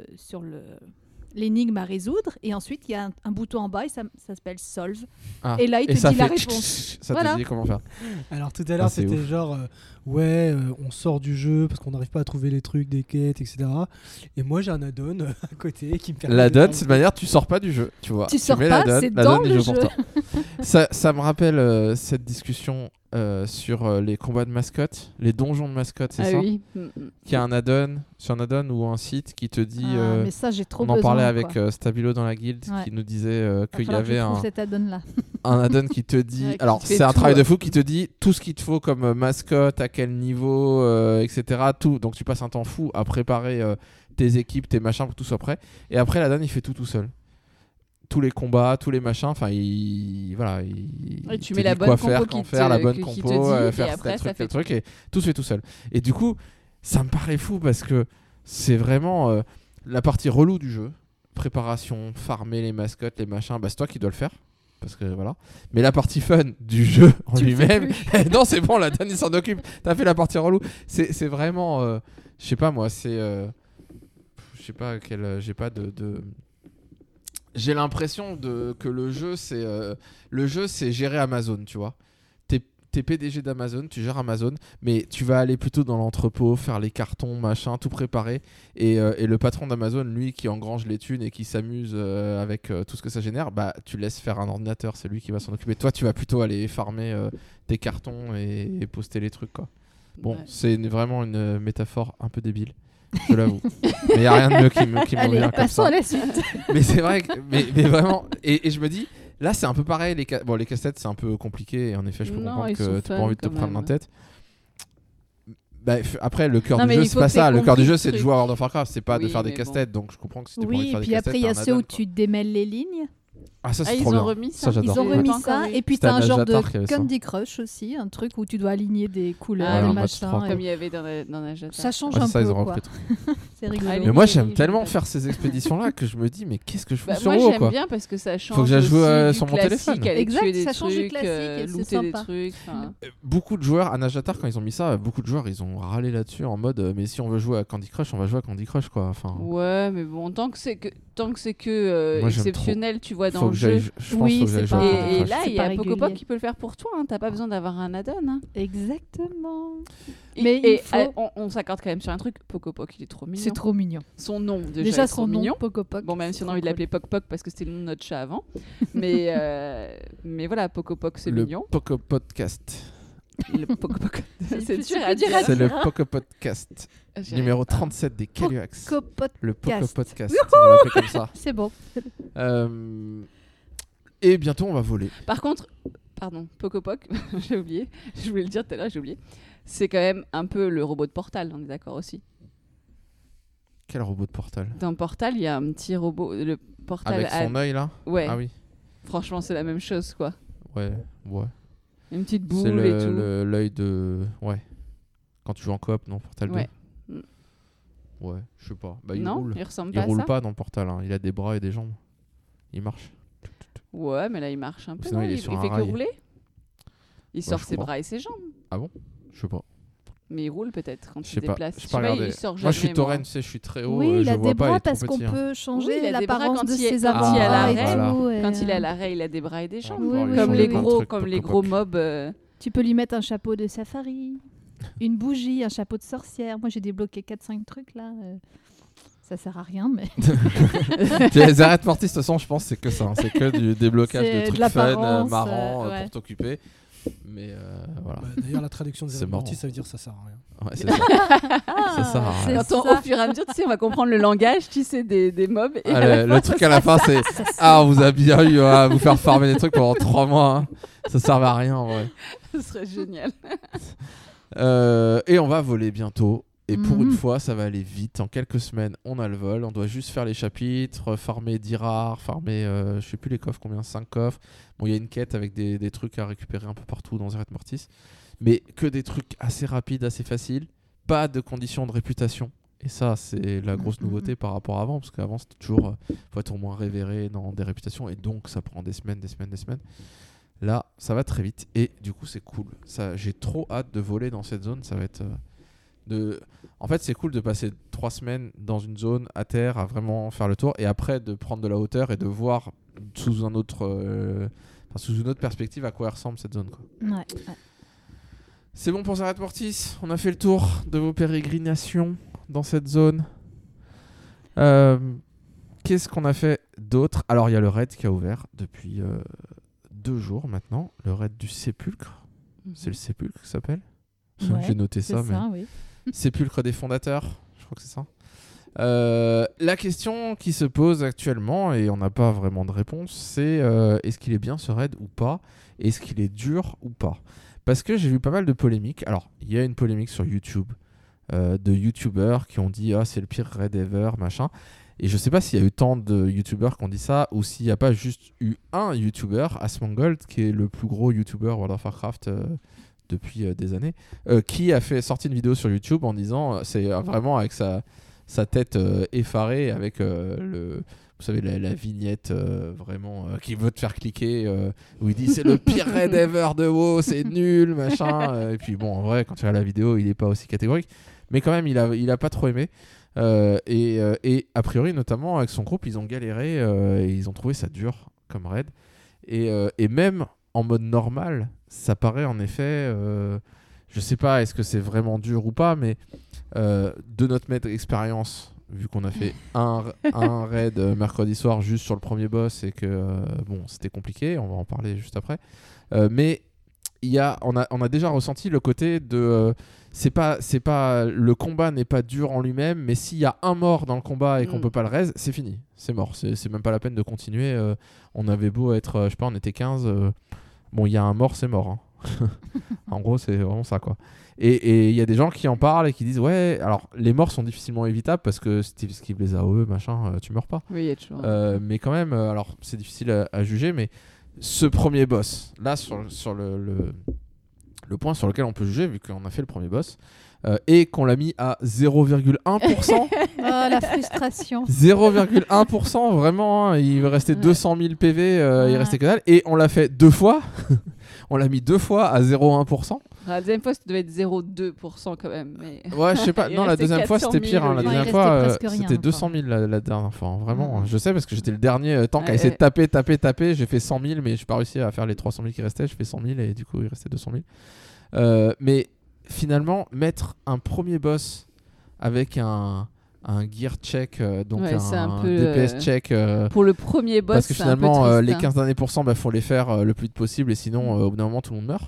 l'énigme à résoudre. Et ensuite, il y a un bouton en bas et ça s'appelle Solve. Ah. Et là, il te ça dit la fait réponse. Ça Voilà. te dit comment faire. Alors tout à l'heure, c'est c'était ouf. genre, on sort du jeu parce qu'on n'arrive pas à trouver les trucs, des quêtes, etc. Et moi, j'ai un add-on à côté qui me permet La de donne, faire c'est de manière, tu sors pas du jeu, tu vois. Tu sors mets pas, la donne, c'est la dans donne, le il joue pour jeu. toi. Ça me rappelle cette discussion sur les combats de mascottes, les donjons de mascottes, c'est Ah ça oui. Qui a un add-on, sur un add-on ou un site qui te dit. Ah, mais ça, j'ai trop on besoin. en parlait quoi. avec Stabilo dans la guilde Ouais. qui nous disait Va qu'il y falloir que avait je trouve un cet add-on-là. add-on qui te dit. Ouais, qui Alors, te fait c'est un tout, travail de ouais. fou qui te dit tout ce qu'il te faut comme mascotte, à quel niveau, etc. Tout. Donc, tu passes un temps fou à préparer tes équipes, tes machins pour que tout soit prêt. Et après, l'add-on, il fait tout seul. Tous les combats, tous les machins, enfin, voilà. Ouais, tu te mets la dit bonne quoi compo faire, qui quand te- faire, la bonne qui te compo, dit, et faire après, tel ça truc, fait tel truc, et tout se fait tout seul. Et du coup, ça me paraît fou parce que c'est vraiment la partie relou du jeu. Préparation, farmer les mascottes, les machins, bah c'est toi qui dois le faire. Parce que voilà. Mais la partie fun du jeu en Tu le fais lui-même, non, c'est bon, la donne, il s'en occupe. T'as fait la partie relou. C'est vraiment, je sais pas moi, c'est. Je sais pas quel. J'ai pas de. J'ai l'impression que le jeu, c'est gérer Amazon, tu vois. T'es PDG d'Amazon, tu gères Amazon, mais tu vas aller plutôt dans l'entrepôt, faire les cartons, machin, tout préparer. Et le patron d'Amazon, lui qui engrange les thunes et qui s'amuse avec tout ce que ça génère, bah tu laisses faire un ordinateur, c'est lui qui va s'en occuper. Toi, tu vas plutôt aller farmer tes cartons et poster les trucs, quoi. Bon, Ouais. c'est vraiment une métaphore un peu débile. je l'avoue. Mais il n'y a rien de mieux qui me Allez, vient comme passons ça. à la suite. Mais c'est vrai, mais vraiment, et je me dis, là c'est un peu pareil, les casse-têtes c'est un peu compliqué, et en effet je peux Non, comprendre ils que sont tu pas fun envie de te quand prendre la même. tête. Bah, après, le cœur Non, du mais jeu il c'est faut pas que ça, t'aies le cœur du compris jeu le c'est de truc. jouer à World of Warcraft, c'est pas de Oui, faire des mais casse-têtes, donc je comprends que si t'as pas envie de Oui, faire des puis casse-têtes, après, il y a t'as un ceux où add-on, tu démêles les lignes. Ah ça c'est Ah, trop ils bien. ont remis Ça ça. j'adore. Ils ont J'ai remis pas ça. encore vu. Et puis, C'était t'as un genre Anajatar de qui avait ça. Candy Crush aussi, un truc où tu dois aligner des couleurs, Ah, des en mode machins. 3, Comme il y avait dans Najata. Ça change Ouais, un ça, ils peu, ont quoi. repris le truc. C'est rigolo. Allez. Mais moi les j'aime lignes, tellement j'aime faire ces expéditions là que je me dis mais qu'est-ce que je fous Bah, sur moi WoW j'aime quoi. bien parce que ça change que j'aille jouer, aussi sur du mon classique, téléphone. aller Exact, tuer des ça change du trucs, classique et c'est looter des sympa. trucs. enfin. Beaucoup de joueurs à Najatar quand ils ont mis ça, beaucoup de joueurs ils ont râlé là-dessus en mode mais si on veut jouer à Candy Crush, on va jouer à Candy Crush quoi. Enfin, Ouais, mais bon, tant que c'est Moi, j'aime exceptionnel, tu vois, faut dans le que j'aille, jeu. je pense Oui, faut que j'aille c'est jouer à pas- Candy Et Crush. là, C'est il y a pas Pokopop régulier. qui peut le faire pour toi. T'as pas besoin d'avoir un add-on. Hein. Exactement. Et, Mais il et, faut- on s'accorde quand même sur un truc. Pokopop, il est trop mignon. C'est trop mignon. Son nom, déjà, Déjà, est trop son nom, mignon. Pocopoc. Bon, même si on a c'est envie de trop l'appeler Poc Poc parce que c'était le nom de notre chat avant. mais voilà, Pokopop, c'est Le mignon. Poco Podcast. Le Pokopop. C'est plus- dur c'est à plus dur dire. à C'est le dire. Poco Podcast J'y numéro arrive pas. 37 des Caluax. Cocopoc. Le Poco Cast. Podcast, on l'appelle comme ça. C'est bon. Et bientôt on va voler. Par contre, pardon, Pocopoc, j'ai oublié. Je voulais le dire tout à l'heure, j'ai oublié. C'est quand même un peu le robot de Portal, on est d'accord aussi. Quel robot de Portal? Dans Portal, il y a un petit robot. Le Portal. Avec son œil là? Ouais. Ah oui. Franchement, c'est la même chose, quoi. Ouais. Une petite C'est boule et tout. l'œil de. Ouais. Quand tu joues en coop, non, Portal 2. Ouais. Ouais, je sais pas. Bah, il Non, roule. il ressemble Il pas à roule ça. pas dans Portal, hein. Il a des bras et des jambes. Il marche. Ouais, mais là, il marche un peu. Sinon, non il est il sur fait un que rail. rouler. Il sort je ses crois. bras et ses jambes. Je sais pas. Mais il roule peut-être quand Je il sais se pas. déplace. Je sais Je pas sais pas, regarder. il sort jamais. Moi, je suis tauren, tu sais, je suis très haut. Oui, il je a vois des pas, il bras est trop parce qu'on petit, hein. peut changer Oui, il a des bras l'apparence quand de il est- ses quand il est à avant-bras et l'arrêt. tout. et, Quand il est à l'arrêt, il a des bras et des jambes. pouvoir lui oui, Comme oui, les oui. gros, truc, comme les Pocopoc. gros mobs. Tu peux lui mettre un chapeau de safari, une bougie, un chapeau de sorcière. Moi, j'ai débloqué 4-5 trucs là. Ça sert à rien, mais Les arrêts mortis, de toute façon, je pense que c'est que ça. Hein. C'est que du déblocage C'est de de trucs l'apparence, fun, marrants ouais. pour t'occuper. Mais voilà. Bah, d'ailleurs, la traduction C'est des marrant. mortis, ça veut dire ça sert à rien. Ouais, c'est ça. Ça sert à rien. c'est Quand au fur et à mesure, tu sais, on va comprendre le langage, tu sais, des mobs. Et Ah, à la le fin, truc à la fin, c'est ah, on vous a bien eu à vous faire farmer des trucs pendant 3 mois. Hein. Ça servait à rien, ouais. ce serait génial. Et on va voler bientôt. Et pour une Mhm. fois, ça va aller vite. En quelques semaines, on a le vol. On doit juste faire les chapitres, farmer 10 rares, farmer, je sais plus les coffres, combien, 5 coffres. Bon, il y a une quête avec des trucs à récupérer un peu partout dans Zereth Mortis. Mais que des trucs assez rapides, assez faciles. Pas de conditions de réputation. Et ça, c'est la grosse nouveauté par rapport à avant. Parce qu'avant, c'était toujours, faut être au moins révéré dans des réputations. Et donc, ça prend des semaines. Là, ça va très vite. Et du coup, c'est cool. J'ai trop hâte de voler dans cette zone. Ça va être... En fait, c'est cool de passer 3 semaines dans une zone à terre, à vraiment faire le tour, et après de prendre de la hauteur et de voir sous une autre perspective à quoi ressemble cette zone, quoi. ouais. C'est bon pour Zereth Mortis. On a fait le tour de vos pérégrinations dans cette zone. Qu'est-ce qu'on a fait d'autre? Alors, il y a le raid qui a ouvert depuis 2 jours maintenant. Le raid du Sépulcre. C'est le Sépulcre qui s'appelle. Ouais, J'ai noté c'est ça, mais... ça, oui. Sépulcre des fondateurs, je crois que c'est ça. La question qui se pose actuellement, et on n'a pas vraiment de réponse, c'est est-ce qu'il est bien ce raid ou pas? Est-ce qu'il est dur ou pas? Parce que j'ai vu pas mal de polémiques. Alors, il y a une polémique sur YouTube de YouTubers qui ont dit « Ah, c'est le pire raid ever, machin ». Et je sais pas s'il y a eu tant de YouTubers qui ont dit ça, ou s'il n'y a pas juste eu un YouTuber, Asmongold, qui est le plus gros YouTuber World of Warcraft depuis des années, qui a sorti une vidéo sur YouTube en disant, c'est vraiment avec sa tête effarée, avec vous savez, la vignette vraiment qui veut te faire cliquer, où il dit c'est le pire raid ever de WoW, c'est nul, machin. Et puis bon, en vrai, quand tu regardes la vidéo, il est pas aussi catégorique, mais quand même, il a pas trop aimé. Et a priori, notamment avec son groupe, ils ont galéré et ils ont trouvé ça dur comme raid. Et même en mode normal, ça paraît en effet, je sais pas est-ce que c'est vraiment dur ou pas, mais de notre maître expérience, vu qu'on a fait un raid mercredi soir juste sur le premier boss et que bon, c'était compliqué, on va en parler juste après, mais on a déjà ressenti le côté de c'est pas le combat n'est pas dur en lui-même, mais s'il y a un mort dans le combat et qu'on peut pas le raise, c'est fini, c'est mort, c'est même pas la peine de continuer. On avait beau être, je sais pas, on était 15, bon, il y a un mort, c'est mort. Hein. En gros, c'est vraiment ça, quoi. Et il y a des gens qui en parlent et qui disent ouais, alors les morts sont difficilement évitables parce que Steve Skip les AOE, machin, tu meurs pas. Oui, il y a toujours. Mais quand même, alors c'est difficile à juger, mais ce premier boss, là, sur le point sur lequel on peut juger, vu qu'on a fait le premier boss, et qu'on l'a mis à 0,1%. Oh, la frustration. 0,1%, vraiment, hein, il restait 200 000 PV, il restait que dalle, et on l'a fait 2 fois. On l'a mis 2 fois à 0,1%. La deuxième fois, ça devait être 0,2% quand même. Mais... Ouais, je sais pas. Il Non, la restait deuxième fois, 400 c'était 000, pire. Hein. La il deuxième restait fois, presque rien, c'était quoi. 200 000 la dernière fois. Hein. Vraiment, je sais parce que j'étais le dernier. Tant qu'à essayer de taper, j'ai fait 100 000, mais je n'ai pas réussi à faire les 300 000 qui restaient. Je fais 100 000 et du coup, il restait 200 000. Mais finalement, mettre un premier boss avec un gear check, donc un peu, DPS check. Pour le premier boss, parce que c'est un peu finalement, triste, les hein. 15 derniers pourcents, faut les faire le plus vite possible et sinon, au bout d'un moment, tout le monde meurt.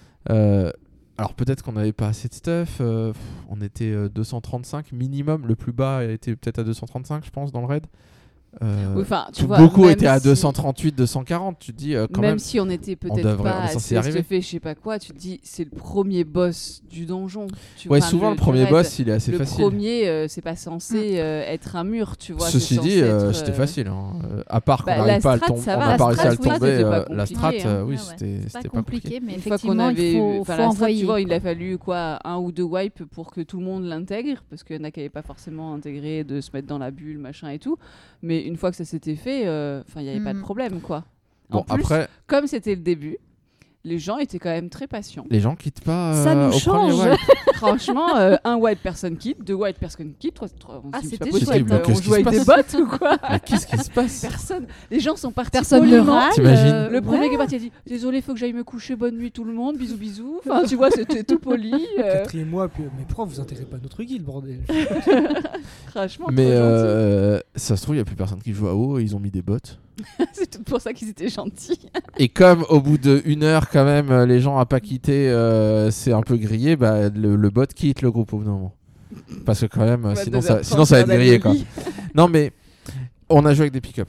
Alors peut-être qu'on n'avait pas assez de stuff, on était 235 minimum, le plus bas était peut-être à 235 je pense dans le raid. Oui, tu vois, beaucoup même étaient à si- 238, 240, tu te dis quand même. si on était on peut-être est pas censé y assez arriver. stuffé, je sais pas quoi, tu te dis c'est le premier boss du donjon. Ouais, souvent le premier raid. boss il est assez Le facile. premier, c'est pas censé être un mur, tu vois. Ceci c'est dit, censé être, c'était facile. Hein. À part qu'on la n'arrive pas à le strat, tomber, ça on va. n'a pas La réussi à le strat, tomber. c'était pas La strat, compliqué, hein. oui, Ouais, c'était c'est pas pas compliqué, mais Une fois qu'on effectivement, avait il faut la strat, envoyer. tu vois, il a fallu quoi, 1 ou 2 wipes pour que tout le monde l'intègre, parce qu'il y en a qui n'avaient pas forcément intégré de se mettre dans la bulle, machin et tout. Mais une fois que ça s'était fait, il n'y avait pas de problème, quoi. Bon, En plus, après, comme c'était le début, les gens étaient quand même très patients. les gens quittent pas Ça nous au premier change. wipe. Franchement, 1 wipe, personne quitte, 2 wipe, personne quitte, 3, Ah, c'est c'était pas possible. chouette, hein. On Qu'est-ce joue avec qui des se bots ou quoi? Mais qu'est-ce qui se passe? Personne. Les gens sont partis Personne ne poliment. râle. T'imagines Le premier qui est parti a dit désolé, faut que j'aille me coucher, bonne nuit tout le monde, bisous bisous. Enfin, tu vois, c'était tout poli. Quatrième mois, puis, mais pourquoi vous intéressez pas à notre guilde, bordel? Franchement, Mais trop gentil. ça se trouve, il n'y a plus personne qui joue à WoW, ils ont mis des bots. C'est tout pour ça qu'ils étaient gentils. Et comme au bout d'1 heure, quand même, les gens n'ont pas quitté, c'est un peu grillé, le bot quitte le groupe au bout d'un moment. Parce que quand même, sinon ça va être grillé, quoi. Non, mais on a joué avec des pick-up.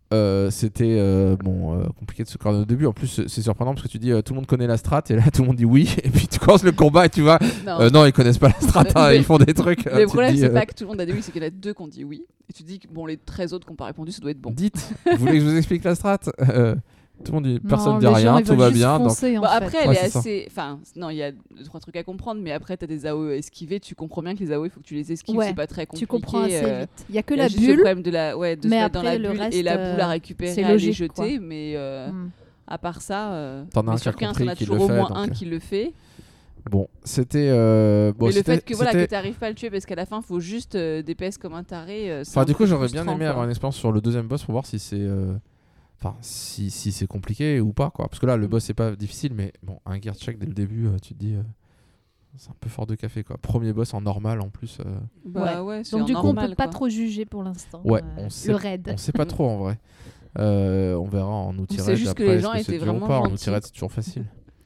C'était compliqué de se coordonner au début. En plus, c'est surprenant parce que tu dis tout le monde connaît la strat et là tout le monde dit oui. Et puis tu commences le combat et tu vois non, ils connaissent pas la strat, ils font des trucs. Le problème, c'est pas que tout le monde a dit oui, c'est qu'il y en a 2 qui ont dit oui. Et tu dis que les 13 autres qui n'ont pas répondu, ça doit être bon. Dites, vous voulez que je vous explique la strat? Tout le monde dit, personne Non, dit les rien, gens, ils tout veulent va juste bien. Donc... foncer, en Bon, fait. après, elle Ouais, est c'est ça. assez. Enfin, non, il y a 2-3 trucs à comprendre, mais après, t'as des AOE esquivés. Tu comprends bien que les AOE, il faut que tu les esquives, Ouais, c'est pas très compliqué. Tu comprends assez vite. Il y a que Il y a la juste le bulle. problème de se mais mettre dans la après, le bulle reste, et la boule à récupérer, c'est à les logique, jeter, quoi. mais Mm. à part ça, T'en as mais un qui a sur 15, compris t'en as qui toujours le au fait, moins donc, un qui le fait. Bon, c'était. Mais le fait que t'arrives pas à le tuer parce qu'à la fin, faut juste DPS comme un taré. Enfin, du coup, j'aurais bien aimé avoir une expérience sur le deuxième boss pour voir si c'est. Enfin, si c'est compliqué ou pas, quoi. Parce que là, le boss, c'est pas difficile, mais bon, un gear check dès le début, tu te dis. C'est un peu fort de café, quoi. Premier boss en normal, en plus. Bah ouais, c'est Donc du coup, on normal, peut pas quoi. trop juger pour l'instant. Ouais, on sait, le raid. on sait pas trop, en vrai. On verra en outil raid. juste que après, les gens est-ce c'est étaient dur ou vraiment pas. En gentils. outil raid, c'est toujours facile.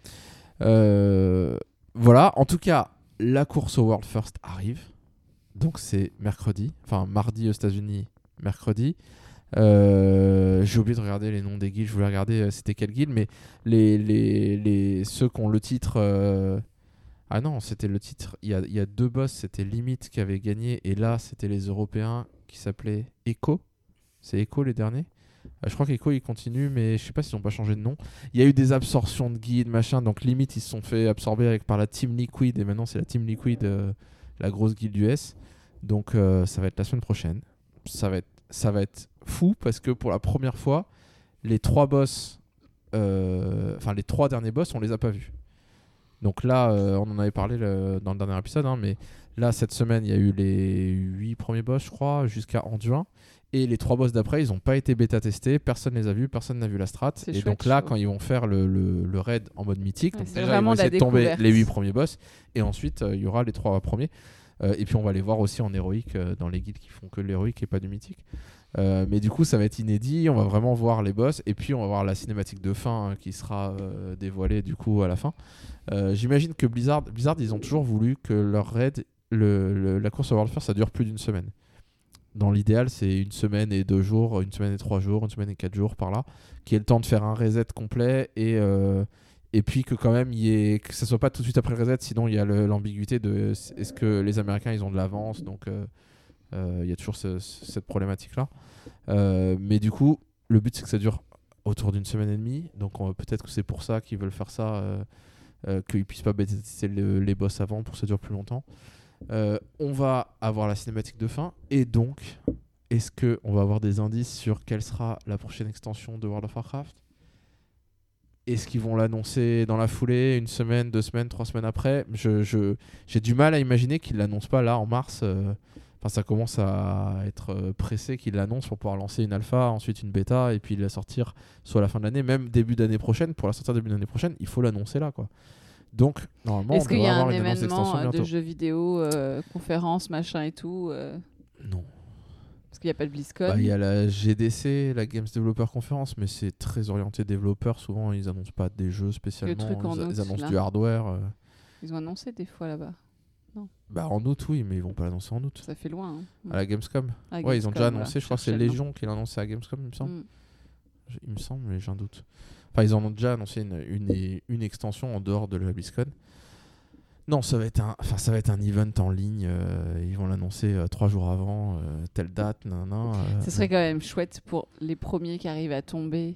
Voilà, en tout cas, la course au World First arrive. Donc c'est mercredi, enfin mardi aux États-Unis, mercredi. J'ai oublié de regarder les noms des guildes. Je voulais regarder c'était quelle guilde, mais ceux qui ont le titre. Ah non, c'était le titre. Il y a 2 boss, c'était Limite qui avait gagné, et là c'était les Européens qui s'appelaient Echo. C'est Echo les derniers. Je crois qu'Echo il continue, mais je sais pas s'ils n'ont pas changé de nom. Il y a eu des absorptions de guides, machin. Donc Limite ils se sont fait absorber par la Team Liquid, et maintenant c'est la Team Liquid, la grosse guilde US. Donc ça va être la semaine prochaine. Ça va être fou parce que pour la première fois, les 3 boss, les 3 derniers boss, on les a pas vus. Donc là, on en avait parlé dans le dernier épisode, hein, mais là cette semaine, il y a eu les 8 premiers boss, je crois, jusqu'à Anduin. Et les 3 boss d'après, ils n'ont pas été bêta testés, personne les a vus, personne n'a vu la strat. C'est Et chouette, donc là, je trouve. quand ils vont faire le raid en mode mythique, Ouais, donc c'est déjà ils vraiment vont de la essayer de tomber découverte. les 8 premiers boss, et ensuite il y aura les 3 premiers. Et puis on va les voir aussi en héroïque dans les guildes qui font que l'héroïque et pas du mythique. Mais du coup, ça va être inédit. On va vraiment voir les boss. Et puis, on va voir la cinématique de fin qui sera dévoilée du coup à la fin. J'imagine que Blizzard, ils ont toujours voulu que leur raid, la course à World of Warcraft, ça dure plus d'une semaine. Dans l'idéal, c'est 1 semaine et 2 jours, 1 semaine et 3 jours, 1 semaine et 4 jours par là, qui est le temps de faire un reset complet et puis que quand même que ça soit pas tout de suite après le reset, sinon il y a l'ambiguïté de est-ce que les Américains ils ont de l'avance, donc il y a toujours cette problématique là. Mais du coup, le but c'est que ça dure autour d'1 semaine et demie, donc peut-être que c'est pour ça qu'ils veulent faire ça, qu'ils puissent pas bêtiser les boss avant pour que ça dure plus longtemps. On va avoir la cinématique de fin et donc est-ce qu'on va avoir des indices sur quelle sera la prochaine extension de World of Warcraft? Est-ce qu'ils vont l'annoncer dans la foulée, 1 semaine, 2 semaines, 3 semaines après? J'ai du mal à imaginer qu'ils l'annoncent pas là en mars. Ça commence à être pressé qu'ils l'annoncent pour pouvoir lancer une alpha, ensuite une bêta et puis la sortir soit à la fin de l'année, même début d'année prochaine. Pour la sortir début d'année prochaine, il faut l'annoncer là quoi. Donc, normalement, est-ce on qu'il y devrait a avoir un une annonce d'extension événement de bientôt. jeux vidéo, conférence, machin et tout Non. Parce qu'il n'y a pas de BlizzCon. Il y a la GDC, la Games Developer Conference, mais c'est très orienté développeur. Souvent, ils annoncent pas des jeux spécialement. truc en août, Ils annoncent là. du hardware. Ils ont annoncé des fois là-bas. En août, oui, mais ils vont pas l'annoncer en août. Ça fait loin. À la Gamescom. À Ouais, ils ont Gamescom, déjà voilà. annoncé. Je crois que c'est Cherchez le nom. Légion qui l'a annoncé à Gamescom, il me semble. Mm. Il me semble, mais j'ai un doute. Enfin, ils en ont déjà annoncé une extension en dehors de la BlizzCon. Non, ça va être un event en ligne. Ils vont l'annoncer 3 jours avant, telle date, Ce serait quand même chouette pour les premiers qui arrivent à tomber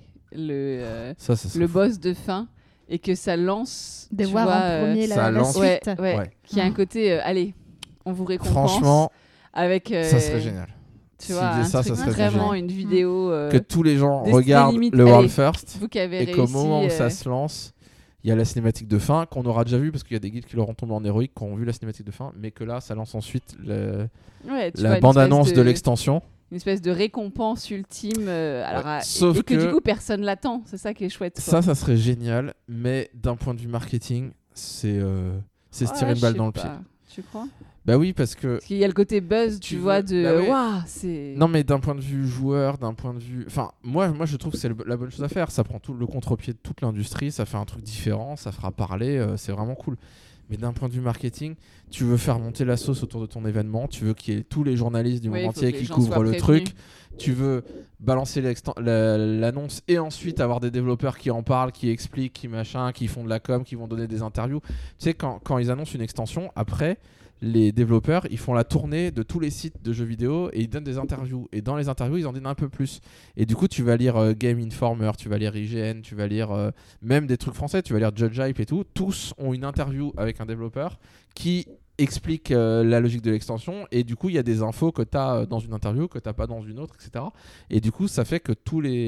ça serait le fou. boss de fin et que ça lance. De tu voir vois, en premier ça la lance- suite. Ouais. Qui a un côté, allez, on vous récompense. Franchement, avec, ça serait génial. Tu S'ils vois, un faisaient ça, truc ça serait vraiment génial. une vidéo. Que tous les gens Destiny regardent Limite. le World Allez, First. Vous qui avez Et réussi. qu'au moment où ça se lance, il y a la cinématique de fin qu'on aura déjà vu parce qu'il y a des guildes qui leur ont tombé en héroïque qui ont vu la cinématique de fin, mais que là ça lance ensuite ouais, tu vois, la une bande-annonce espèce de l'extension. Une espèce de récompense ultime. sauf et que que- du coup personne l'attend. C'est ça qui est chouette. Ça quoi. serait génial, mais d'un point de vue marketing, c'est se tirer Ouais, une balle je dans sais le pied. pas. Tu crois? Bah oui, parce que Parce qu'il y a le côté buzz, Tu tu vois, veux- de bah oui. waouh, c'est. non, mais d'un point de vue joueur, d'un point de vue, enfin moi je trouve que c'est la bonne chose à faire. Ça prend tout le contre-pied de toute l'industrie, ça fait un truc différent, ça fera parler, c'est vraiment cool. Mais d'un point de vue marketing, tu veux faire monter la sauce autour de ton événement, tu veux qu'il y ait tous les journalistes du Oui, monde faut entier que les qui gens couvrent soient le prévenus. truc, tu veux balancer l'annonce et ensuite avoir des développeurs qui en parlent, qui expliquent, qui machin, qui font de la com, qui vont donner des interviews. Tu sais, quand ils annoncent une extension, après, les développeurs, ils font la tournée de tous les sites de jeux vidéo et ils donnent des interviews. Et dans les interviews, ils en donnent un peu plus. Et du coup, tu vas lire Game Informer, tu vas lire IGN, tu vas lire même des trucs français, tu vas lire Judge Hype et tout. Tous ont une interview avec un développeur qui explique la logique de l'extension. Et du coup, il y a des infos que tu as dans une interview, que tu n'as pas dans une autre, etc. Et du coup, ça fait que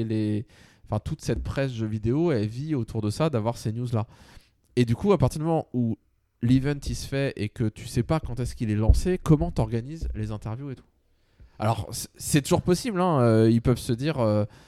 toute cette presse jeux vidéo, elle vit autour de ça, d'avoir ces news-là. Et du coup, à partir du moment où l'event il se fait et que tu sais pas quand est-ce qu'il est lancé, comment t'organises les interviews et tout. Alors c'est toujours possible, hein, ils peuvent se dire,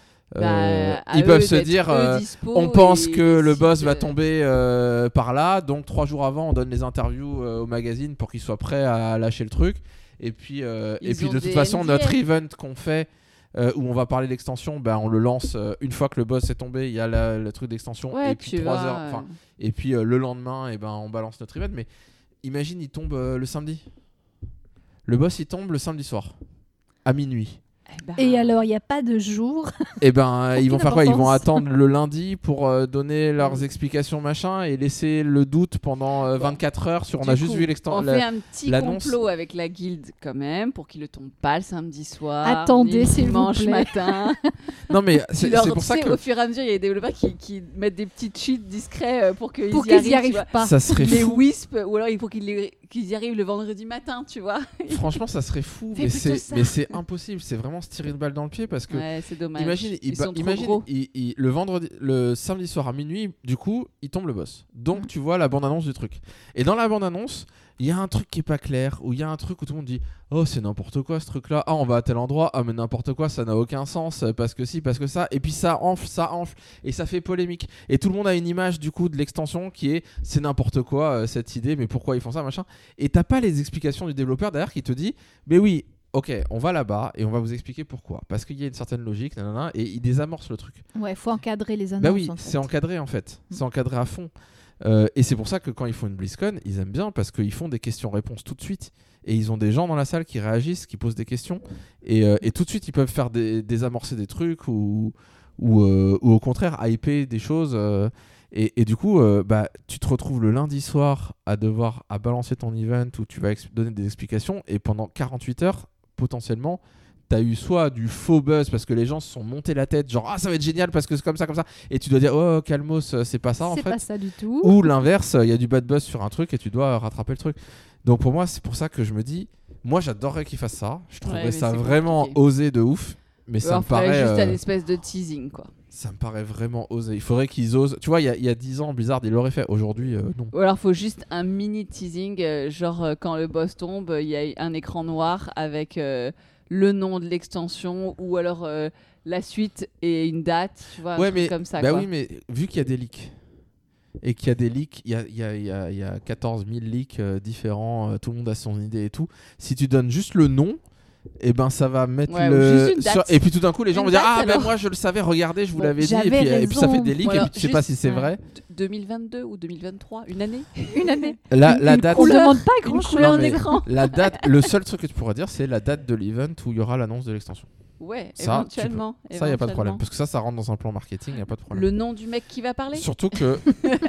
à eux d'être dispo on pense et que le décide boss de- va tomber par là, donc 3 jours avant on donne les interviews au magazine pour qu'ils soient prêts à lâcher le truc. Et puis Ils de ont toute des façon NDA. notre event qu'on fait où on va parler d'extension, on le lance une fois que le boss est tombé, il y a le truc d'extension Ouais, et puis tu 3 vois, heures. Enfin, et puis le lendemain, on balance notre event. Mais imagine, il tombe le samedi. Le boss, il tombe le samedi soir, à minuit. eh ben, Et alors, il n'y a pas de jour. Et ils vont Aucune faire quoi? Ils vont importance. attendre le lundi pour donner leurs explications machin et laisser le doute pendant 24 heures sur on du a juste coup, vu on fait un petit l'annonce. complot avec la guilde quand même pour qu'il ne tombe pas le samedi soir. Attendez, ni le s'il vous dimanche plaît. matin. Non mais Tu c'est leur- pour tu ça sais, que au fur et à mesure, il y a des développeurs qui mettent des petits cheats discrets pour qu'ils Pour y qu'ils arrivent. n'y tu arrivent vois. pas. ça serait Les fou. Wisp, ou alors il faut qu'ils y arrivent le vendredi matin, tu vois. Franchement, ça serait fou, Fais mais plutôt ça. c'est impossible. C'est vraiment se tirer une balle dans le pied parce que Ouais, c'est dommage. imagine, Ils sont trop imagine gros. le samedi soir à minuit, du coup, il tombe le boss. Donc, Mhm. tu vois la bande-annonce du truc. Et dans la bande-annonce, il y a un truc qui est pas clair, ou il y a un truc où tout le monde dit « Oh, c'est n'importe quoi ce truc-là. Ah, on va à tel endroit. Ah, mais n'importe quoi, ça n'a aucun sens. Parce que si, parce que ça. » Et puis ça enfle. Et ça fait polémique. Et tout le monde a une image, du coup, de l'extension qui est « C'est n'importe quoi, cette idée. Mais pourquoi ils font ça, machin ?» Et t'as pas les explications du développeur derrière qui te dit « Mais oui, ok, on va là-bas et on va vous expliquer pourquoi. Parce qu'il y a une certaine logique, nanana, et ils désamorcent le truc. Ouais, faut encadrer les annonces. Bah oui, en fait. c'est encadré en fait. Mm. C'est encadré à fond. Et c'est pour ça que quand ils font une BlizzCon, ils aiment bien parce qu'ils font des questions-réponses tout de suite. Et ils ont des gens dans la salle qui réagissent, qui posent des questions. Et tout de suite, ils peuvent faire désamorcer des trucs ou au contraire hyper des choses. Et du coup, tu te retrouves le lundi soir à devoir balancer ton event où tu vas donner des explications. Et pendant 48 heures, potentiellement, t'as eu soit du faux buzz parce que les gens se sont montés la tête, genre ça va être génial parce que c'est comme ça, et tu dois dire oh calmos, c'est pas ça en fait. C'est pas ça du tout. Ou l'inverse, il y a du bad buzz sur un truc et tu dois rattraper le truc. Donc pour moi, c'est pour ça que je me dis, moi j'adorerais qu'ils fassent ça. Je trouverais mais ça c'est vraiment compliqué. osé de ouf. Mais ça On me ferait paraît. juste un espèce de teasing, quoi. Ça me paraît vraiment osé. Il faudrait qu'ils osent. Tu vois, il y a 10 ans, Blizzard, il l'aurait fait. Aujourd'hui, non. Ou alors, faut juste un mini teasing, quand le boss tombe, il y a un écran noir avec le nom de l'extension ou alors la suite et une date, tu vois, un Ouais, truc mais comme ça. bah quoi. oui, mais vu qu'il y a des leaks et qu'il y a des leaks, il y a 14 000 leaks différents. Tout le monde a son idée et tout. Si tu donnes juste le nom. Et ben ça va mettre Ouais, ou le juste une date. et puis tout d'un coup les gens Une vont dire date, ben alors. moi je le savais, regardez, je vous Bon, l'avais dit, et j'avais puis ça fait raison. des leaks Ou et alors, puis tu sais pas juste- si c'est ouais. vrai. 2022 ou 2023, une année. Une année. La Une date, On couleur. demande pas Une grand couleur mais- d'écran. la date, le seul truc que tu pourras dire c'est la date de l'event où il y aura l'annonce de l'extension. Ouais, Ça, tu peux. éventuellement. Ça y a pas de problème éventuellement. parce que ça rentre dans un plan marketing, y a pas de problème. Le nom du mec qui va parler. Surtout que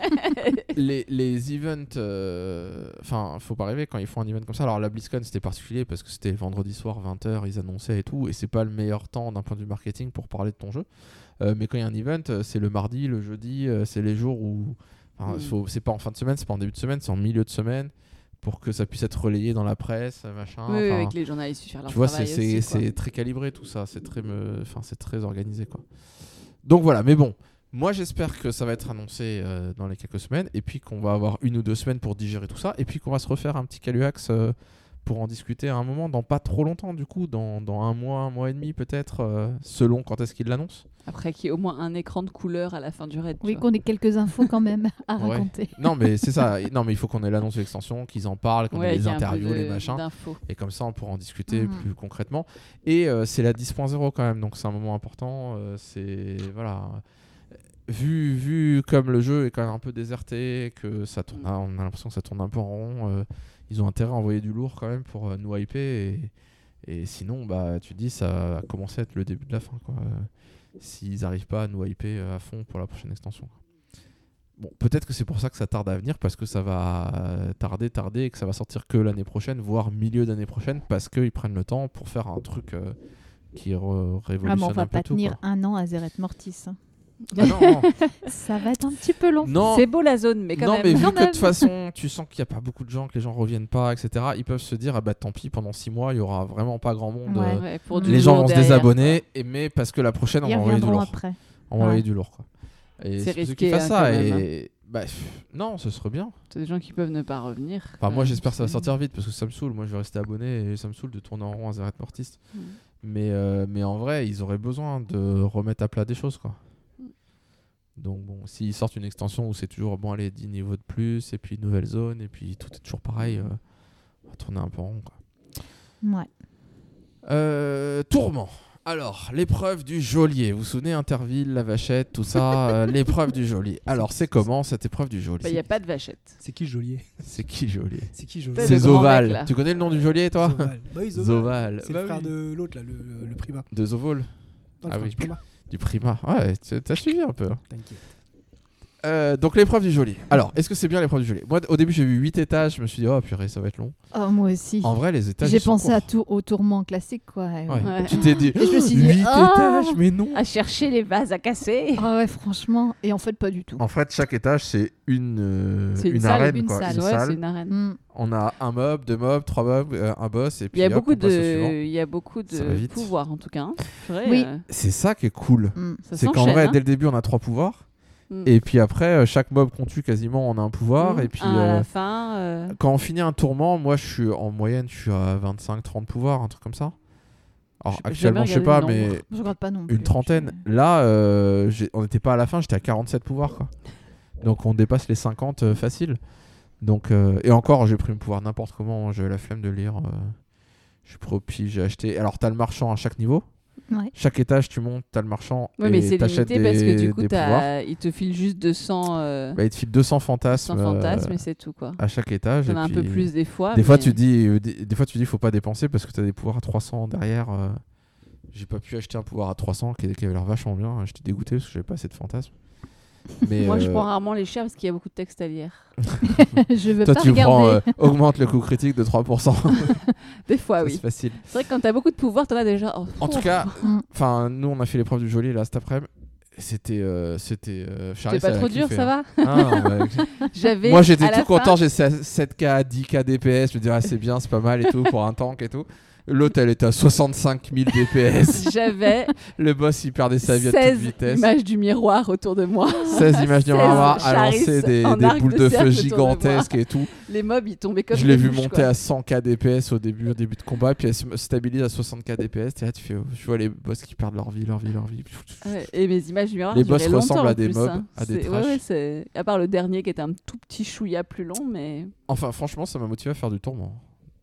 les events, enfin, faut pas rêver quand ils font un event comme ça. Alors la BlizzCon c'était particulier parce que c'était vendredi soir 20h, ils annonçaient et tout, et c'est pas le meilleur temps d'un point de vue marketing pour parler de ton jeu. Mais quand il y a un event, c'est le mardi, le jeudi, c'est les jours où, enfin, c'est pas en fin de semaine, c'est pas en début de semaine, c'est en milieu de semaine pour que ça puisse être relayé dans la presse, machin. Oui, enfin, avec les journalistes faire leur tu vois, travail c'est aussi, quoi. très calibré tout ça, c'est très organisé quoi. Donc voilà, mais bon, moi j'espère que ça va être annoncé dans les quelques semaines et puis qu'on va avoir 1 ou 2 semaines pour digérer tout ça et puis qu'on va se refaire un petit Caluax pour en discuter à un moment, dans pas trop longtemps du coup, dans un mois et demi peut-être, selon quand est-ce qu'il l'annonce. Après qu'il y ait au moins un écran de couleur à la fin du raid. tu Oui, vois. qu'on ait quelques infos quand même à Ouais. raconter. Non mais c'est ça, non mais il faut qu'on ait l'annonce de l'extension, qu'ils en parlent, qu'on ait Ouais, les qu'il y ait un peu interviews, les machins. d'infos. Et comme ça, on pourra en discuter Mhm. plus concrètement. Et c'est la 10.0 quand même, donc c'est un moment important. C'est voilà, vu comme le jeu est quand même un peu déserté, que ça tourne, on a l'impression que ça tourne un peu en rond. Ils ont intérêt à envoyer du lourd quand même pour nous hyper. Et sinon, bah, tu te dis, ça a commencé à être le début de la fin, quoi. S'ils n'arrivent pas à nous hyper à fond pour la prochaine extension. Bon, peut-être que c'est pour ça que ça tarde à venir, parce que ça va tarder, et que ça va sortir que l'année prochaine, voire milieu d'année prochaine, parce qu'ils prennent le temps pour faire un truc qui révolutionne Ah, mais on va un peu pas tout. tenir Quoi. un an à Zeret Mortis. Hein. Ah non, Ça va être un petit peu long. non. C'est beau la zone, mais quand non, même. mais vu Quand que de toute même. façon, tu sens qu'il n'y a pas beaucoup de gens, que les gens reviennent pas, etc., ils peuvent se dire, ah bah tant pis, pendant 6 mois, il y aura vraiment pas grand monde. Ouais. Ouais, pour du Les gens lourd vont se derrière, désabonner, mais parce que la prochaine, on Ils va envoyer du reviendront lourd. après. On va envoyer Ouais. du lourd, quoi. Et C'est c'est ceux risqué, qui fassent hein, ça. quand même, Et bah, non, ce serait bien. quoi. C'est des gens qui peuvent ne pas revenir. Enfin, moi, j'espère que ça va c'est- sortir vite parce que ça me saoule. Moi, je vais rester abonné et ça me saoule de tourner en rond à Zeret Mortis. Mm. Mais en vrai, ils auraient besoin de remettre à plat des choses, quoi. Mm. Donc, bon, s'ils sortent une extension où c'est toujours, bon, allez, 10 niveaux de plus, et puis une nouvelle zone, et puis tout est toujours pareil, on va tourner un peu en rond, quoi. Ouais. Tourment. Alors, l'épreuve du geôlier. Vous vous souvenez, Interville, la vachette, tout ça, l'épreuve du geôlier. Alors, c'est comment cette épreuve du geôlier? Il n'y a pas de vachette. C'est qui Joliet C'est qui geôlier? C'est qui C'est Joliet C'est le grand Zoval. mec, là. Tu connais le nom du geôlier, toi? Zoval. Bah oui, Zoval. Zoval. C'est Bah le frère oui. de l'autre, là, le Prima. De Zovol. Non, le Ah frère oui. du Prima. Du Prima. Ouais, t'as suivi un peu. T'inquiète. Donc l'épreuve du geôlier. Alors, est-ce que c'est bien l'épreuve du geôlier? Moi, au début, j'ai vu 8 étages. Je me suis dit, oh purée, ça va être long. Oh, moi aussi. En vrai, les étages. J'ai ils sont pensé courts. au tourment classique, quoi. Ouais. Ouais. Tu t'es dit, Et je me suis dit, 8 oh étages, mais non. À chercher les vases à casser. Ah ouais, franchement. Et en fait, pas du tout. En fait, chaque étage, c'est une C'est une salle, arène, une quoi. salle. Une Ouais, salle. c'est une arène. Mm. On a un mob, 2 mobs, 3 mobs, un boss, et puis Il y a hop, beaucoup on passe au suivant. de, il y a beaucoup Ça va de vite. pouvoirs en tout cas. Hein. Purée, Oui. C'est ça qui est cool. Mm. ça C'est qu'en s'enchaîne, vrai, hein. dès le début, on a 3 pouvoirs. Mm. Et puis après, chaque mob qu'on tue quasiment, on a un pouvoir. Mm. Et puis, Un à la fin. quand on finit un tourment, moi, je suis en moyenne, je suis à 25-30 pouvoirs, un truc comme ça. Alors J'ai actuellement, jamais je sais pas, regardé le mais nombre. Je regarde pas non plus. une trentaine. Là, on n'était pas à la fin, j'étais à 47 pouvoirs, quoi. Donc on dépasse les 50 facile. Donc, et encore, j'ai pris mon pouvoir n'importe comment, j'avais la flemme de lire. Je suis prêt au pif, j'ai acheté. Alors, t'as le marchand à chaque niveau. Ouais. Chaque étage, tu montes, t'as le marchand Ouais, mais et c'est t'achètes limité parce que du coup, des pouvoirs. il te file juste 200, Bah, il te file 200 fantasmes, 200 fantasmes et c'est tout, quoi. à chaque étage. T'en et as un puis- peu plus des fois. Des fois, mais- tu dis, des fois, tu dis, faut pas dépenser parce que t'as des pouvoirs à 300 derrière. J'ai pas pu acheter un pouvoir à 300 qui avait l'air vachement bien. J'étais dégoûté parce que j'avais pas assez de fantasmes. Mais Moi, je prends rarement les chers parce qu'il y a beaucoup de texte à lire. Je veux toi, pas tu regarder. prends augmente le coût critique de 3%. Des fois, Ça, oui. c'est facile. C'est vrai que quand t'as beaucoup de pouvoir, t'en as déjà. Oh, En tout oh. cas, Mm. nous, on a fait l'épreuve du Joly là cet après-midi. C'était. C'est pas trop dur, ça va. J'avais. Moi, j'étais à la tout content. fin- J'ai 7K, 10K DPS. Je me disais, ah, c'est bien, c'est pas mal et tout pour un tank et tout. L'autre, elle était à 65 000 DPS. J'avais Le boss, il perdait sa vie à toute 16 vitesse. images du miroir autour de moi. 16 images du 16 miroir à Charis lancer des en arc boules de de cercle feu autour de moi. gigantesques et tout. Les mobs, ils tombaient comme Je l'ai des vu mouches, monter quoi. à 100K DPS au début de combat, puis elle se stabilise à 60K DPS. Et là, tu vois les boss qui perdent leur vie. Ouais, et mes images du miroir Les duraient boss longtemps, ressemblent à en des plus, mobs, hein. à des C'est- trash. ouais, c'est... À part le dernier qui était un tout petit chouïa plus long, mais... Enfin, franchement, ça m'a motivé à faire du tourment.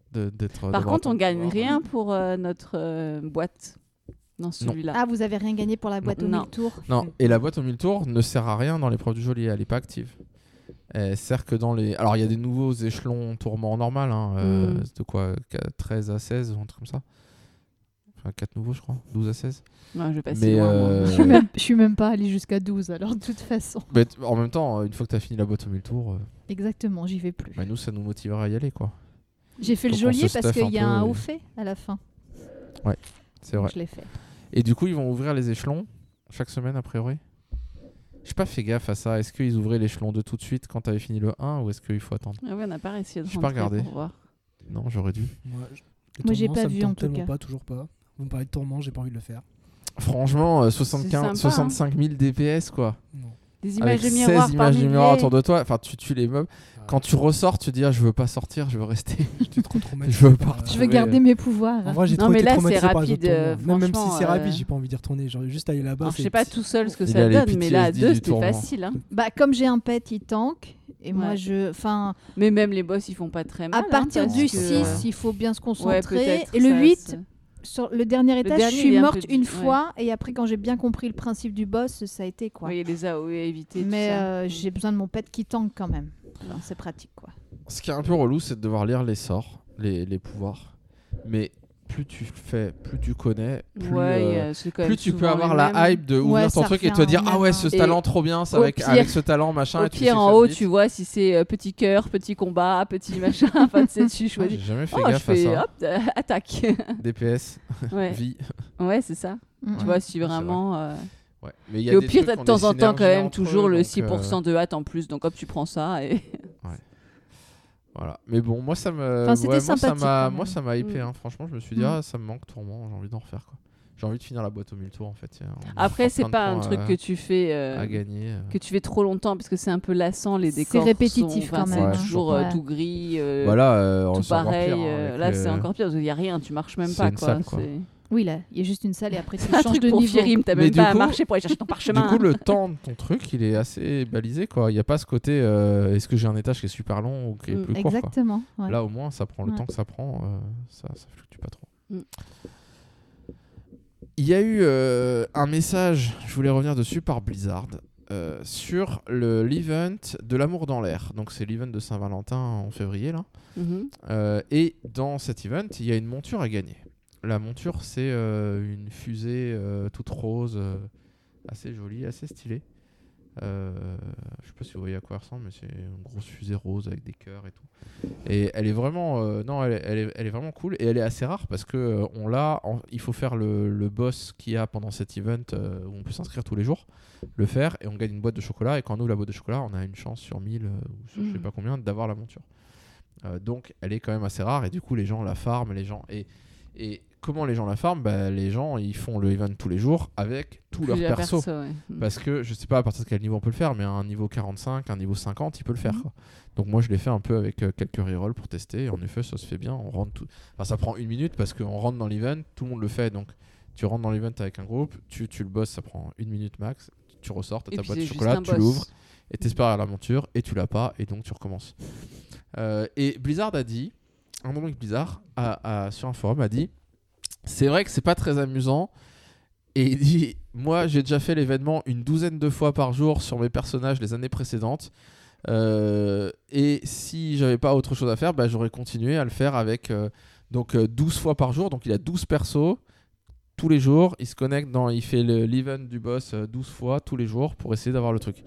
Par contre, on gagne rien pour notre boîte dans celui-là. Ah, vous avez rien gagné pour la boîte au Non. 1000 tours. Non, et la boîte au 1000 tours ne sert à rien dans l'épreuve du Joly, elle est pas active. Elle sert que dans les. Alors, il y a des nouveaux échelons tourment normal, hein, de quoi 13 à 16 ou un truc comme ça. Enfin, 4 nouveaux, je crois, 12 à 16. Ouais, je vais pas si Mais loin, moi. Je suis même pas allée jusqu'à 12, alors de toute façon. mais en même temps, une fois que tu as fini la boîte au 1000 tours, Exactement, j'y vais plus. bah, nous, ça nous motivera à y aller, quoi. J'ai fait le Faut qu'on geôlier se parce staffe qu'il un y a peu un et- haut fait à la fin. C'est vrai. Je l'ai fait. Et du coup, ils vont ouvrir les échelons chaque semaine, a priori. J'ai pas fait gaffe à ça. Est-ce qu'ils ouvraient l'échelon 2 tout de suite quand t'avais fini le 1 ou est-ce qu'il faut attendre? Ah ouais, on n'a pas réussi à J'ai pas rentrer regardé. pour voir. Non, j'aurais dû. Moi, j'ai Tourment, pas ça me vu, tente en tout tellement cas. pas, toujours pas. Vous me parlez de tourment, j'ai pas envie de le faire. Franchement, C'est 65 000 DPS, quoi. Non. Des Avec images de 16 miroir par images de miroir milliers. autour de toi. Enfin, tu tues les mobs. Quand tu ressors, tu dis, ah, je veux pas sortir, je veux rester. J'étais trop traumatisé. Je veux pas par- Je veux garder mes pouvoirs. En vrai, j'ai Non, trop mais été là, traumatisé c'est par les rapide, autres tourments. Même si franchement, c'est rapide, j'ai pas envie d'y retourner. Genre, juste aller là-bas. Alors, je c'est- sais pas tout seul ce que Il ça a les donne, mais là, à PTSD 2, du c'était tourment. facile. Hein. Bah, comme j'ai un pet, il tank. Et moi, Ouais. enfin, Mais même les boss, ils font pas très mal. à partir hein, du parce que, 6, il faut bien se ouais, concentrer. peut-être, Et le ça, 8, c'est- sur le dernier étage, dernier, je il suis est un morte peu une ouais. fois. Et après, quand j'ai bien compris le principe du boss, ça a été quoi. Oui, il y a les AOE à éviter. tout Mais ça. j'ai besoin de mon pet qui tank quand même. Alors, c'est pratique quoi. Ce qui est un peu relou, c'est de devoir lire les sorts, les pouvoirs. Mais plus tu fais, plus tu connais, plus, c'est quand même plus tu peux souvent avoir les la mêmes. hype de Ouais, ouvrir ton ça truc et refait te dire un ah ouais même, ce hein. talent trop bien, c'est au avec, pire- avec ce talent machin. Au et tu sais pire, que en ça haut, vite. tu vois si c'est petit cœur, petit combat, petit machin. Enfin, tu sais, tu Ah, choisis. j'ai jamais fait Oh, je gaffe à fais ça. hop, attaque. DPS, Ouais, vie. ouais, c'est ça. Mm. Tu vois, si c'est vrai. vraiment. Ouais. Mais il y a Et au des pire, trucs t'as de qui ont temps en des temps quand synergies même entre toujours eux, le donc, 6% de hâte en plus. Donc hop, tu prends ça et. Voilà. Mais bon, moi ça me. Enfin, c'était moi, ça sympathique, m'a, quand moi même. ça m'a hypé. Mm. Hein. Franchement, je me suis dit, Mm. ah, ça me manque tourment, j'ai envie d'en refaire. Quoi. J'ai envie de finir la boîte au 1000 tours en fait. On a Après, encore c'est plein de pas un points truc que tu fais. à gagner. Que tu fais trop longtemps parce que c'est un peu lassant, les C'est décors. répétitif sont- quand enfin, même, C'est hein. toujours Ouais. tout gris. Voilà, Tout c'est encore pareil. pire, hein, avec Là, le- c'est encore pire parce qu'il n'y a rien, tu marches même c'est pas. une Quoi. salle, quoi. C'est Oui, là, il y a juste une salle et après tu un changes truc de pour niveau. Firim, t'as Mais même du pas à coup- marcher pour aller chercher ton parchemin. Du coup, le temps de ton truc, il est assez balisé, quoi. Il n'y a pas ce côté, est-ce que j'ai un étage qui est super long ou qui est Mm, plus court, quoi. Exactement. ouais. Là, au moins, ça prend le Ouais. temps que ça prend, ça fluctue pas trop. Mm. Il y a eu un message, je voulais revenir dessus, par Blizzard, sur l'event de l'amour dans l'air. Donc, c'est l'event de Saint-Valentin en février, là. Mhm. Et dans cet event, il y a une monture à gagner. La monture, c'est une fusée toute rose, assez jolie, assez stylée. Je sais pas si vous voyez à quoi elle ressemble, mais c'est une grosse fusée rose avec des cœurs et tout. Et elle est vraiment, non, elle est vraiment cool et elle est assez rare parce que il faut faire le boss qu'il y a pendant cet event où on peut s'inscrire tous les jours, le faire et on gagne une boîte de chocolat. Et quand on ouvre la boîte de chocolat, on a une chance sur 1000 ou sur je sais pas combien d'avoir la monture. Donc elle est quand même assez rare et du coup les gens la farment, et comment les gens la farment, les gens ils font le event tous les jours avec tous leurs Plusieurs persos. persos, ouais. Parce que je sais pas à partir de quel niveau on peut le faire, mais à un niveau 45, un niveau 50, il peut le faire. Mhm. Quoi. Donc moi je l'ai fait un peu avec quelques rerolls pour tester. Et en effet, ça se fait bien. On rentre tout. Enfin, ça prend 1 minute parce qu'on rentre dans l'event, tout le monde le fait. Donc tu rentres dans l'event avec un groupe, tu le bosses, ça prend 1 minute max. Tu ressors, t'as Et ta puis boîte de c'est juste chocolat, un tu boss. l'ouvres et t'espères à la monture et tu l'as pas et donc tu recommences. Et Blizzard a dit un nom Blizzard sur un forum a dit c'est vrai que c'est pas très amusant. Et il dit moi j'ai déjà fait l'événement une douzaine de fois par jour sur mes personnages les années précédentes. Et si j'avais pas autre chose à faire, j'aurais continué à le faire avec 12 fois par jour. Donc il a 12 persos tous les jours. Il se connecte il fait l'event du boss 12 fois tous les jours pour essayer d'avoir le truc.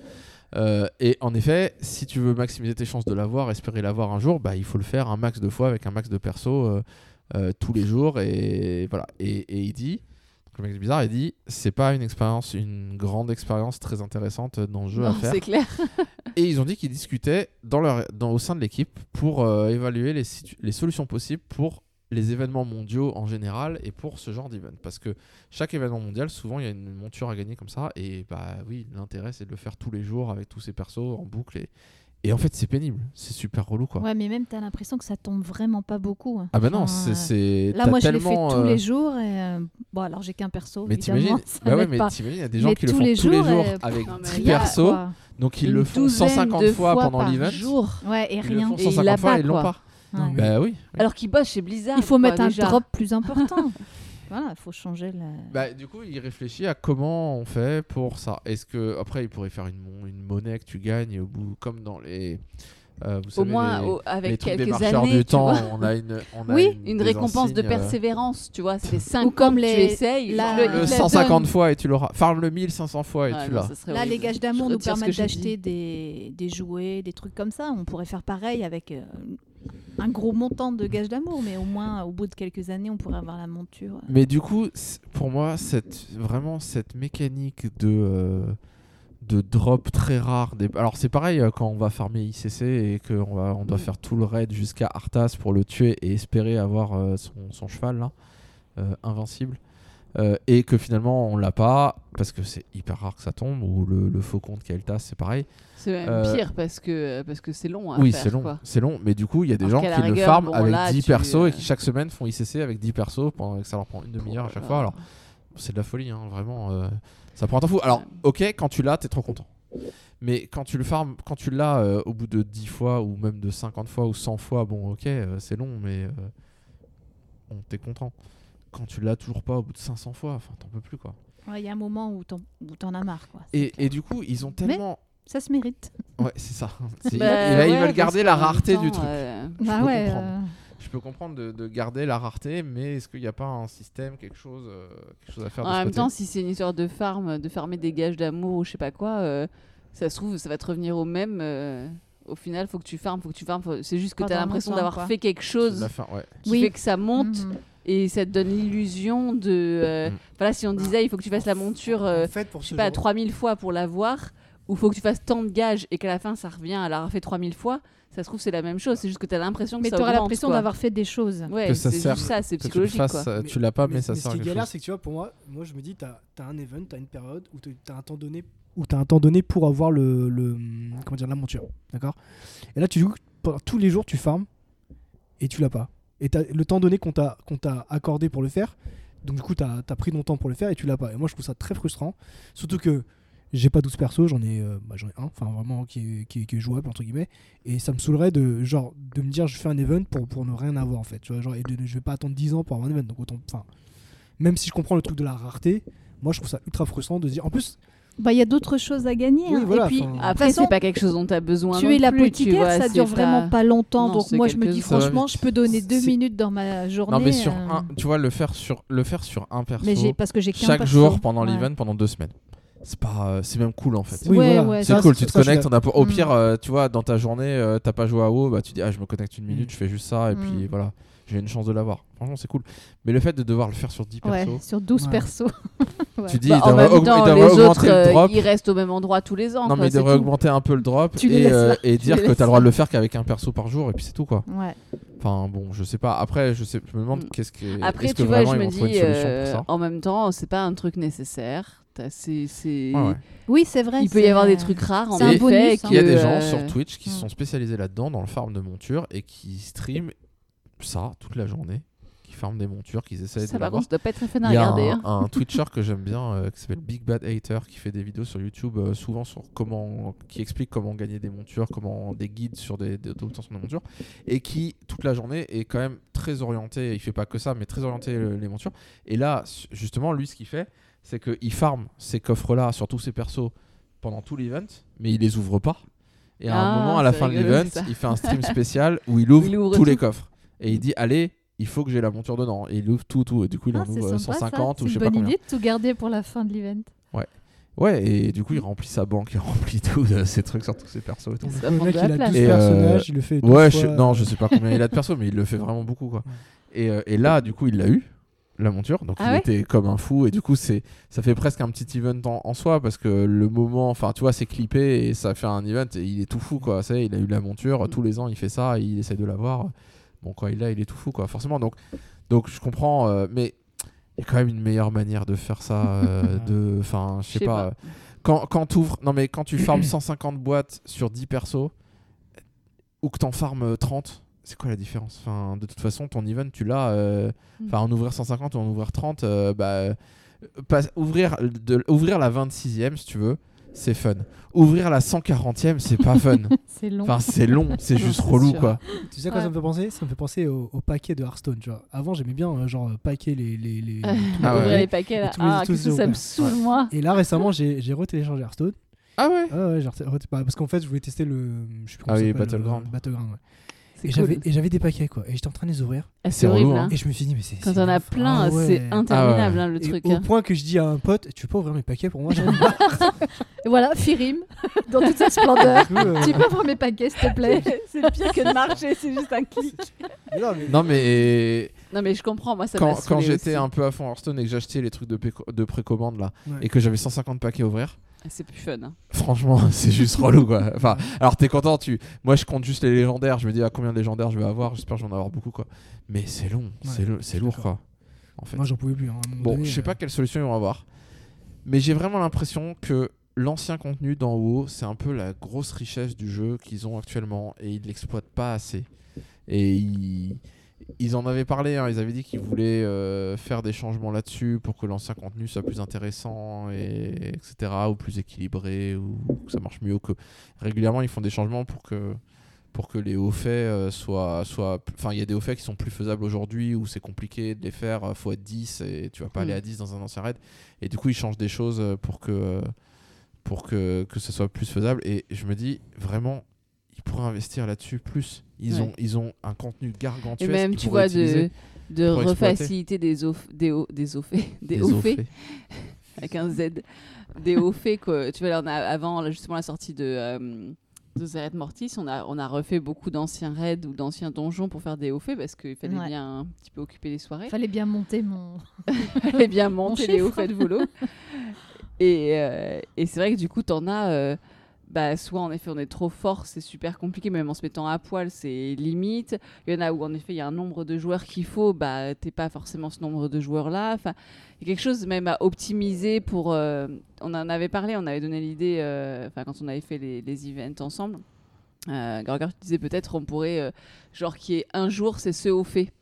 Et en effet, si tu veux maximiser tes chances de l'avoir, espérer l'avoir un jour, il faut le faire un max de fois avec un max de persos tous les jours. Et voilà. Et il dit, le mec bizarre, il dit, c'est pas une grande expérience très intéressante dans le jeu à faire. C'est clair. Et ils ont dit qu'ils discutaient au sein de l'équipe pour évaluer les solutions possibles pour les événements mondiaux en général et pour ce genre d'event. Parce que chaque événement mondial, souvent, il y a une monture à gagner comme ça. Et oui, l'intérêt, c'est de le faire tous les jours avec tous ces persos en boucle. Et en fait, c'est pénible. C'est super relou, quoi. Ouais, mais même, t'as l'impression que ça tombe vraiment pas beaucoup. Ah non, c'est... Là, moi, je le fais tous les jours. Et bon, alors, j'ai qu'un perso, mais évidemment. T'imagines, il y a des gens qui le font tous les jours avec 10 persos. Donc, ils le font 150 fois pendant l'event. Ouais, et rien. Ils le font 150 fois et ils l'ont pas. Ouais. Oui. Alors qu'ils bossent chez Blizzard. Il faut mettre un drop plus important. Voilà, il faut changer du coup, il réfléchit à comment on fait pour ça. Est-ce que après, il pourrait faire une monnaie que tu gagnes au bout, comme dans les... vous savez, au moins avec les trucs quelques des marcheurs années, du temps, vois. on a une récompense de persévérance, tu vois, c'est 5 ou comme tu essayes, le 150 fois et tu l'auras. Farm le 1500 fois et tu l'as. Là, les gages d'amour nous permettent d'acheter des jouets, des trucs comme ça. On pourrait faire pareil avec un gros montant de gages d'amour, mais au moins, au bout de quelques années, on pourrait avoir la monture. Mais du coup, pour moi, cette mécanique de drop très rare. Alors c'est pareil quand on va farmer ICC et qu'on doit faire tout le raid jusqu'à Arthas pour le tuer et espérer avoir son cheval là, invincible. Et que finalement on l'a pas parce que c'est hyper rare que ça tombe, ou le faucon de Kael'thas c'est pareil. C'est même pire parce que c'est long à faire. Oui, c'est long, mais du coup il y a des gens qui le farment avec 10 persos et qui chaque semaine font ICC avec 10 persos pendant que ça leur prend une demi-heure à chaque fois. Alors c'est de la folie, hein, vraiment. Ça prend un temps fou. Alors, ok, quand tu l'as, t'es trop content. Mais quand tu le farmes, quand tu l'as au bout de 10 fois, ou même de 50 fois, ou 100 fois, bon, ok, c'est long, mais t'es content. Quand tu l'as toujours pas au bout de 500 fois, enfin, t'en peux plus, quoi. Ouais, il y a un moment où t'en as marre, quoi. Et du coup, ils ont tellement... Mais ça se mérite. Ouais, c'est ça. Ils veulent garder la rareté du truc. Je peux comprendre de garder la rareté, mais est-ce qu'il n'y a pas un système, quelque chose à faire de ce côté ? En même temps, si c'est une histoire de farmer des gages d'amour ou je sais pas quoi, ça se trouve, ça va te revenir au même. Au final, faut que tu farmes. C'est juste que tu as l'impression d'avoir fait quelque chose qui fait que ça monte. Et ça te donne l'illusion de... Voilà, si on disait, il faut que tu fasses la monture je sais pas, 3000 fois pour l'avoir, ou il faut que tu fasses tant de gages et qu'à la fin, ça revient à l'avoir fait 3000 fois, ça se trouve, c'est la même chose. C'est juste que tu as l'impression que ça augmente. Mais tu auras l'impression d'avoir fait des choses. Ouais, que c'est juste ça, c'est psychologique. Tu l'as pas, mais ça sert à quelque chose. Ce qui est galère, c'est que tu vois, pour moi je me dis, t'as un event, t'as une période où t'as un temps donné, pour avoir la monture. D'accord ? Et là, tu dis, tous les jours, tu farmes et tu l'as pas. Et t'as le temps donné qu'on t'a accordé pour le faire. Donc du coup, t'as pris ton temps pour le faire et tu l'as pas. Et moi, je trouve ça très frustrant. Surtout que j'ai pas 12 persos, j'en ai un, enfin vraiment qui est jouable entre guillemets. Et ça me saoulerait de me dire je fais un event pour ne rien avoir en fait. Tu vois, je vais pas attendre 10 ans pour avoir un event. Donc autant, même si je comprends le truc de la rareté, moi je trouve ça ultra frustrant de se dire. En plus, il y a d'autres choses à gagner. Oui, voilà, et puis, après, c'est pas quelque chose dont tu as besoin. Tu es l'apothicaire, ça dure vraiment pas longtemps. Non, donc moi, je me dis franchement, je peux donner 2 minutes dans ma journée. Non, mais tu vois, le faire sur un perso. Mais parce que j'ai qu'un chaque perso. jour pendant l'event pendant 2 semaines. C'est même cool en fait. Oui, voilà. C'est cool, tu te connectes. Au pire, tu vois, dans ta journée, t'as pas joué à WoW, tu dis je me connecte 1 minute, je fais juste ça, et puis voilà, j'ai une chance de l'avoir. Franchement, c'est cool. Mais le fait de devoir le faire sur 10 persos. Sur 12 persos. Tu dis, en même temps, les autres, le drop. ils restent au même endroit tous les ans. Non, mais il devrait augmenter un peu le drop et dire que t'as le droit de le faire qu'avec un perso par jour, et puis c'est tout quoi. Ouais. Enfin bon, je sais pas. Après, je me demande qu'est-ce que. Après, tu vois, je me dis, en même temps, c'est pas un truc nécessaire. Oui, c'est vrai. Il peut y avoir des trucs rares en effet. Il y a des gens sur Twitch qui sont spécialisés là-dedans, dans le farm de monture, et qui streament ça toute la journée, qui farment des montures, qu'ils essaient Ça de par l'avoir. contre, ça doit pas être très fun à Il y a regarder. hein. un Twitcher que j'aime bien qui s'appelle Big Bad Hater qui fait des vidéos sur YouTube souvent sur qui explique comment gagner des montures, comment des guides sur d'obtention de montures et qui toute la journée est quand même très orienté, il fait pas que ça mais très orienté les montures et là justement lui ce qu'il fait c'est qu'il farm ces coffres là sur tous ses persos pendant tout l'event mais il les ouvre pas et à un moment à la c'est fin de rigolo, l'event ça. il fait un stream spécial où il ouvre ouvre tous les tout. coffres et il dit allez il faut que j'ai la monture dedans et il ouvre tout et du coup il en c'est ouvre sympa, 150 ça. ou je sais C'est pas une bonne combien. idée de tout garder pour la fin de l'event. Ouais, et du coup, il remplit sa banque, il remplit tout de ses trucs sur tous ses persos et tout. Donc, Ça le prend mec, de la il a place. 12 Et, personnages, il le fait 12 Ouais, fois. non, je sais pas combien il a de persos, mais il le fait vraiment beaucoup, quoi. Et là, du coup, il l'a eu, la monture, donc Ah il ouais était comme un fou, et du coup, ça fait presque un petit event en soi, parce que le moment, enfin, tu vois, c'est clippé, et ça fait un event, et il est tout fou, quoi. Ça y est, il a eu la monture, tous les ans, il fait ça, et il essaie de l'avoir. Bon, quand il l'a, il est tout fou, quoi, forcément. Donc je comprends, mais il y a quand même une meilleure manière de faire ça, enfin, je sais pas. Quand tu farmes 150 boîtes sur 10 persos ou que t'en farmes 30, c'est quoi la différence? Enfin, de toute façon, ton event, tu l'as. En ouvrir 150 ou en ouvrir 30, ouvrir la 26e, si tu veux, c'est fun. Ouvrir la 140e, c'est pas fun. C'est long. Enfin, c'est long, c'est juste C'est relou, sûr. quoi. Tu sais à quoi ça me fait penser? Ça me fait penser au paquet de Hearthstone. Tu vois. Avant, j'aimais bien paquer les Ah ouais. Ouvrir les paquets là. Et tous les- Ah, tous qu'est-ce que les ça me ouverts. saoule, moi. Et là, récemment, j'ai retéléchargé Hearthstone. Ah ouais. Ouais, parce qu'en fait, je voulais tester je sais plus comment Ah ça oui, s'appelle, Battleground. Battleground, ouais. C'est Et cool. j'avais des paquets, quoi. Et j'étais en train de les ouvrir. Ah, C'est c'est horrible. relou, hein. Et je me suis dit, mais c'est. Quand c'est on a ouf. plein, Ah ouais. c'est interminable Ah hein, le Et truc. au hein. point que je dis à un pote, tu peux ouvrir mes paquets pour moi? J'en ai marre. Et voilà, Firim, dans toute sa splendeur. Du coup, Tu peux ouvrir mes paquets, s'il te plaît? C'est pire que de marcher, c'est juste un clic. non, mais- Non, mais Non mais je comprends, moi ça m'a quand saoulé j'étais aussi. un peu à fond Hearthstone et que j'achetais les trucs de précommande là, Ouais. et que j'avais 150 paquets à ouvrir. Ah, c'est plus fun. hein. Franchement, c'est juste relou quoi. Enfin, alors t'es content, moi je compte juste les légendaires, je me dis combien de légendaires je vais avoir, j'espère que je vais en avoir beaucoup quoi. Mais c'est long, c'est lourd d'accord. quoi. En fait. Moi, j'en pouvais plus. Hein, à un moment Bon, donné, je sais pas quelle solution ils vont avoir, mais j'ai vraiment l'impression que l'ancien contenu d'en haut, c'est un peu la grosse richesse du jeu qu'ils ont actuellement et ils l'exploitent pas assez. Et ils en avaient parlé, hein, ils avaient dit qu'ils voulaient faire des changements là-dessus pour que l'ancien contenu soit plus intéressant, etc., ou plus équilibré, ou que ça marche mieux. Que régulièrement, ils font des changements pour que les hauts faits soient... Enfin, il y a des hauts faits qui sont plus faisables aujourd'hui, où c'est compliqué de les faire, faut être 10, et tu vas pas aller à 10 dans un ancien raid. Et du coup, ils changent des choses pour que ce soit plus faisable. Et je me dis, vraiment, ils pourraient investir là-dessus plus. Ils ont un contenu gargantuesque. Et même qu'ils tu pourraient vois utiliser de pour exploiter. refaciliter des hauts faits des hauts faits. avec un Z, des hauts faits quoi. Tu vois là, avant justement la sortie de Zeret Mortis, on a refait beaucoup d'anciens raids ou d'anciens donjons pour faire des hauts faits parce qu'il fallait bien un petit peu occuper les soirées. Fallait bien monter mon. Fallait bien monter les chiffre. hauts faits de volo. Et c'est vrai que du coup t'en as soit en effet on est trop fort, c'est super compliqué, même en se mettant à poil c'est limite. Il y en a où en effet il y a un nombre de joueurs qu'il faut, t'es pas forcément ce nombre de joueurs là. Enfin, il y a quelque chose même à optimiser pour. On en avait parlé, on avait donné l'idée, quand on avait fait les events ensemble. Gorgor, tu disais peut-être on pourrait genre qu'il y ait un jour c'est ce au fait.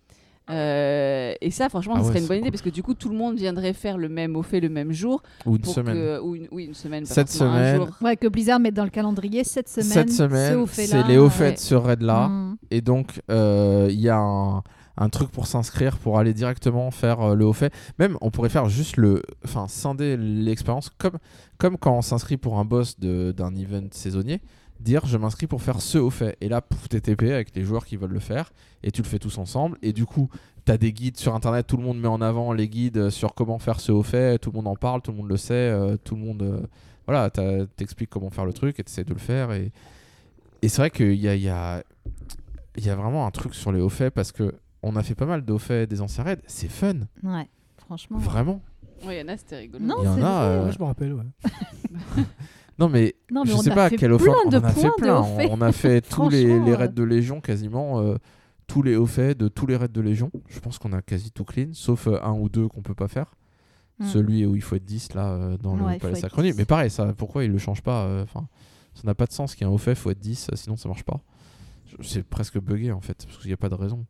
Et ça franchement Ah ce ouais, serait une c'est bonne idée cool. parce que du coup tout le monde viendrait faire le même au fait le même jour Ou une pour semaine. une semaine pas Cette forcément un semaine. jour. Ouais, que Blizzard mette dans le calendrier cette semaine. Cette semaine, c'est c'est les hauts faits ouais. sur raid là. Mm. Et donc, il y a un truc pour s'inscrire, pour aller directement faire le haut fait. Même, on pourrait faire juste scinder l'expérience, comme quand on s'inscrit pour un boss d'un event saisonnier, dire je m'inscris pour faire ce haut fait. Et là, pouf, t'es TP avec les joueurs qui veulent le faire, et tu le fais tous ensemble. Et du coup, t'as des guides sur internet, tout le monde met en avant les guides sur comment faire ce haut fait, tout le monde en parle, tout le monde le sait, tout le monde... voilà, t'expliques comment faire le truc et t'essaies de le faire. Et c'est vrai qu'il y a vraiment un truc sur les hauts faits parce que on a fait pas mal de hauts faits des anciens raids. C'est fun, Ouais, franchement. vraiment. Ouais, il y en a c'était rigolo. Non, Il y en c'est a. vrai. Ouais, je me rappelle, ouais. Non mais, Non, mais je on sais a pas fait quel hauts faits. plein de On en a fait points de plein. hauts faits. On a fait tous les Franchement, raids de Légion quasiment. Tous les hauts faits de tous les raids de Légion. Je pense qu'on a quasi tout clean, sauf un ou deux qu'on peut pas faire. Celui où il faut être 10 là dans Ouais, le il palais faut être sacronique. 10. Mais pareil, ça, pourquoi ils le changent pas ça n'a pas de sens qu'il y ait un haut fait, faut être 10, sinon ça marche pas. C'est presque buggé en fait, parce qu'il n'y a pas de raison.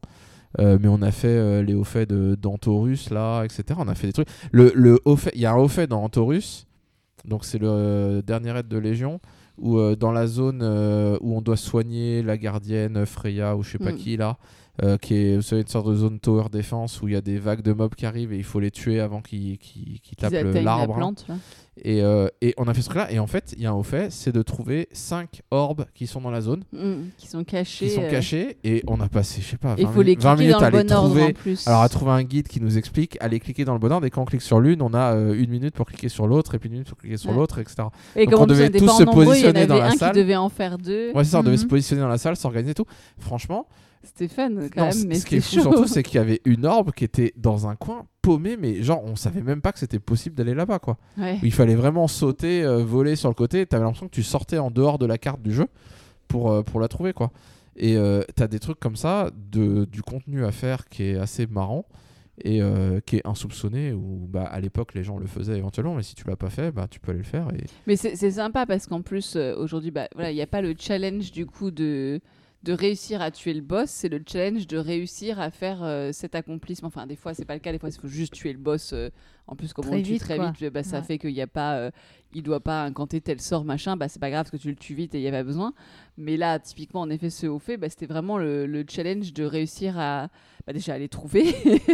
Mais on a fait les hauts faits d'Antorus là, etc. On a fait des trucs. Il y a un haut fait dans Antorus, donc c'est le dernier raid de Légion, où dans la zone où on doit soigner la gardienne Freya ou je sais pas qui là, qui est, vous savez, une sorte de zone tower défense où il y a des vagues de mobs qui arrivent et il faut les tuer avant qu'ils tapent l'arbre. La plante, là. Et on a fait ce truc là, et en fait il y a un haut fait, c'est de trouver 5 orbes qui sont dans la zone, qui sont cachés, et on a passé, je sais pas, 20 20 minutes dans à le les bon ordre trouver. en plus. Alors à trouver un guide qui nous explique, à les cliquer dans le bon ordre, et quand on clique sur l'une, on a 1 minute pour cliquer sur l'autre, et puis 1 minute pour cliquer sur l'autre, etc. Et donc comme on devait tous se positionner dans la salle. Qui devait en faire 2. Ouais, c'est ça, on devait se positionner dans la salle, s'organiser et tout. Franchement, c'était fun quand même, mais ce qui est fou surtout, c'est qu'il y avait une orbe qui était dans un coin paumé, mais genre on savait même pas que c'était possible d'aller là-bas, quoi. Ouais. Il fallait vraiment sauter, voler sur le côté. T'avais l'impression que tu sortais en dehors de la carte du jeu pour la trouver, quoi. Et t'as des trucs comme ça, du contenu à faire qui est assez marrant et qui est insoupçonné, où à l'époque les gens le faisaient éventuellement, mais si tu l'as pas fait, tu peux aller le faire. Mais c'est sympa parce qu'en plus aujourd'hui, il n'y a pas le challenge du coup de réussir à tuer le boss, c'est le challenge de réussir à faire cet accomplissement. Enfin, des fois, c'est pas le cas, des fois, il faut juste tuer le boss. En plus, comme on le tue très vite, ça fait qu'il n'y a pas... il doit pas incanter tel sort, machin, c'est pas grave parce que tu le tues vite et il n'y a pas besoin. Mais là, typiquement, en effet, ce haut fait, c'était vraiment le challenge de réussir à déjà les trouver.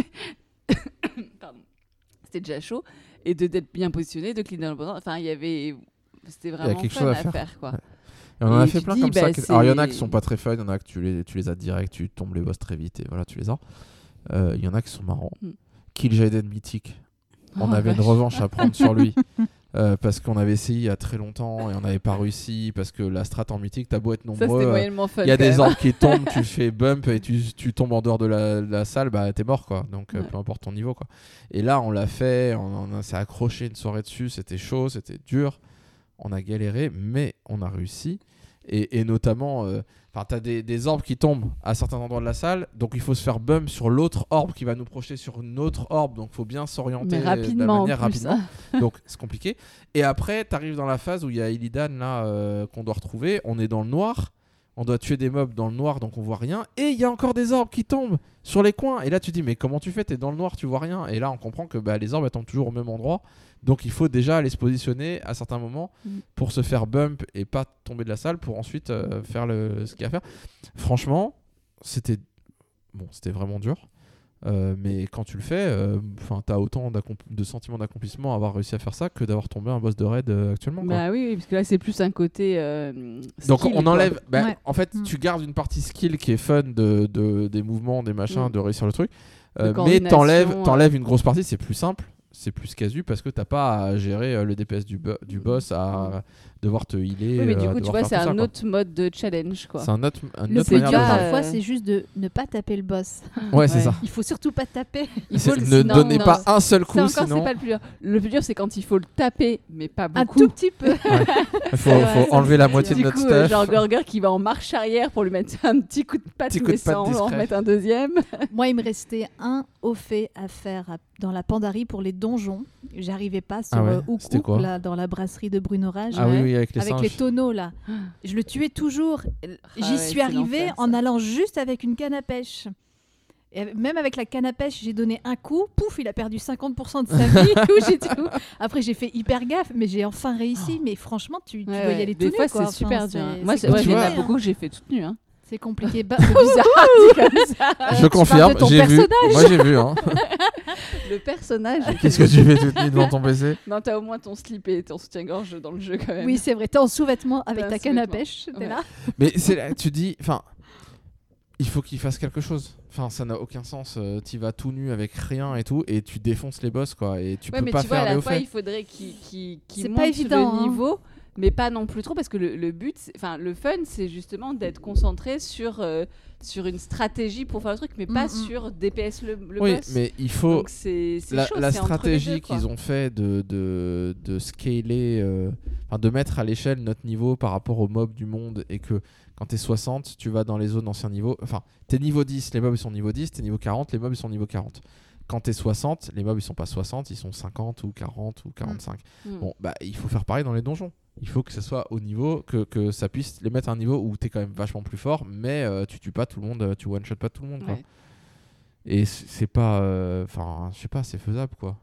Pardon. C'était déjà chaud. Et d'être bien positionné, de cliquer dans le bon ordre. Enfin, c'était vraiment fun à faire, quoi. Ouais. Et on en a fait plein comme ça. Alors il y en a qui sont pas très fun, il y en a que tu les as direct, tu tombes les boss très vite et voilà, tu les as. Il y en a qui sont marrants. Kill Jaden mythique. On avait une revanche à prendre sur lui parce qu'on avait essayé il y a très longtemps et on n'avait pas réussi parce que la strat en mythique, t'as beau être nombreux, il y a des orbes qui tombent, tu fais bump et tu tombes en dehors de la salle, t'es mort, quoi. Donc peu importe ton niveau, quoi. Et là on l'a fait, on s'est accroché une soirée dessus, c'était chaud, c'était dur. On a galéré, mais on a réussi. Et notamment, t'as des orbes qui tombent à certains endroits de la salle, donc il faut se faire bump sur l'autre orbe qui va nous projeter sur une autre orbe, donc il faut bien s'orienter de la manière rapidement. Donc c'est compliqué. Et après, t'arrives dans la phase où il y a Illidan là, qu'on doit retrouver. On est dans le noir, on doit tuer des mobs dans le noir, donc on voit rien. Et il y a encore des orbes qui tombent sur les coins. Et là, tu dis, mais comment tu fais ? T'es dans le noir, tu vois rien. Et là, on comprend que les orbes tombent toujours au même endroit. Donc il faut déjà aller se positionner à certains moments pour se faire bump et pas tomber de la salle pour ensuite faire ce qu'il y a à faire. Franchement, c'était vraiment dur. Mais quand tu le fais, t'as autant de sentiments d'accomplissement à avoir réussi à faire ça que d'avoir tombé un boss de raid actuellement, quoi. Oui, parce que là c'est plus un côté donc skill, on enlève en fait Mm. tu gardes une partie skill qui est fun des mouvements, des machins, de réussir le truc, mais coordination, t'enlèves une grosse partie. C'est plus simple, c'est plus casu parce que t'as pas à gérer le DPS du boss, à devoir te healer. Oui, mais du coup, tu vois, c'est un autre mode de challenge, quoi. C'est un autre Le plus manière dur de jouer. parfois, c'est juste de ne pas taper le boss. Ouais, c'est ça. Il faut surtout pas taper. Ne donnez pas un seul coup, c'est sinon. pas le plus dur. Le plus dur, c'est quand il faut le taper, mais pas Un beaucoup. tout petit peu. Il faut enlever la moitié de Du notre coup, stuff. genre Gorger qui va en marche arrière pour lui mettre un petit coup de patte, mais sans en discret. mettre un deuxième. Moi, il me restait un au fait à faire dans la Pandarie pour les donjons. J'arrivais pas sur C'était quoi Ukuk, là, dans la brasserie de Brunorage. Ah oui, avec les avec singes. les tonneaux là. Je le tuais toujours. J'y suis c'est arrivée l'enfer, en ça. allant juste avec une canne à pêche. Et même avec la canne à pêche, j'ai donné un coup, pouf, il a perdu 50% de sa vie. Après, j'ai fait hyper gaffe, mais j'ai enfin réussi. Mais franchement, tu dois y aller tout Des nu, fois, quoi. c'est super dur. Moi, Tu il y en a vois, beaucoup que j'ai fait toute nue. Hein. C'est compliqué. C'est bizarre, dit comme ça. Je confirme, de ton j'ai vu. personnage. Moi, j'ai vu. Hein. Le personnage. Qu'est-ce que tu fais toute nuit devant ton PC ? Non, t'as au moins ton slip et ton soutien-gorge dans le jeu quand même. Oui, c'est vrai. T'es en sous-vêtements avec T'as ta un canne à sous-vêtement. pêche. T'es Ouais. là. Mais c'est là, tu dis, il faut qu'il fasse quelque chose. Ça n'a aucun sens. Tu vas tout nu avec rien et tout, et tu défonces les boss, quoi. Et tu peux mais pas tu vois, faire à les la hauts fois, faits. il faudrait qu'il C'est monte pas évident, le niveau, mais pas non plus trop, parce que le but, le fun, c'est justement d'être concentré sur une stratégie pour faire le truc, mais pas sur DPS le Oui, boss. mais il faut. Donc c'est La chaud, c'est entre les stratégie deux, quoi. qu'ils ont fait de scaler, de mettre à l'échelle notre niveau par rapport aux mobs du monde, et que quand t'es 60, tu vas dans les zones anciens niveaux. T'es niveau 10, les mobs ils sont niveau 10, t'es niveau 40, les mobs ils sont niveau 40. Quand t'es 60, les mobs ils sont pas 60, ils sont 50 ou 40 ou 45. Bon, il faut faire pareil dans les donjons. Il faut que ce soit au niveau, que ça puisse les mettre à un niveau où t'es quand même vachement plus fort, mais tu tues pas tout le monde, tu one-shot pas tout le monde, quoi. Ouais. Et c'est pas... Enfin, je sais pas, c'est faisable, quoi.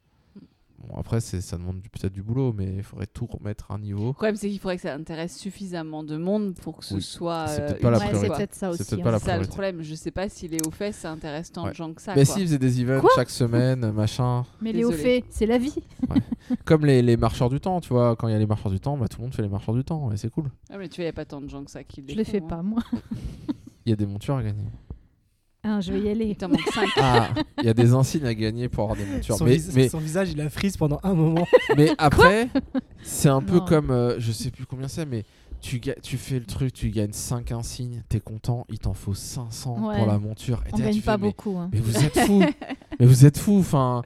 Bon, après, ça demande peut-être du boulot, mais il faudrait tout remettre à un niveau. Le problème, c'est qu'il faudrait que ça intéresse suffisamment de monde pour que ce Oui. soit. C'est peut-être pas la Ouais, c'est priorité. peut-être ça C'est aussi. peut-être pas la C'est ça le priorité. problème. Je sais pas si les hauts faits, ça intéresse tant de gens que ça. Mais quoi. s'ils faisaient des events chaque semaine, machin, Mais les hauts Désolée. faits, c'est la vie. comme les marcheurs du temps, tu vois, quand il y a les marcheurs du temps, bah, tout le monde fait les marcheurs du temps, et c'est cool. Ah, mais tu vois, il n'y a pas tant de gens que ça qui Je les fais font, pas, hein. moi. Il y a des montures à gagner. Ah, je vais y aller. Il t'en manque 5. Ah, il y a des insignes à gagner pour avoir des montures. Son, Mais son visage, il a frise pendant un moment. mais après, c'est un peu Non. comme, je sais plus combien c'est, mais tu fais le truc, tu gagnes 5 insignes, t'es content, il t'en faut 500 Ouais. pour la monture. Et On t'es là, gagne tu pas fais, beaucoup. Hein. Mais vous êtes fous. Mais vous êtes fous. Enfin,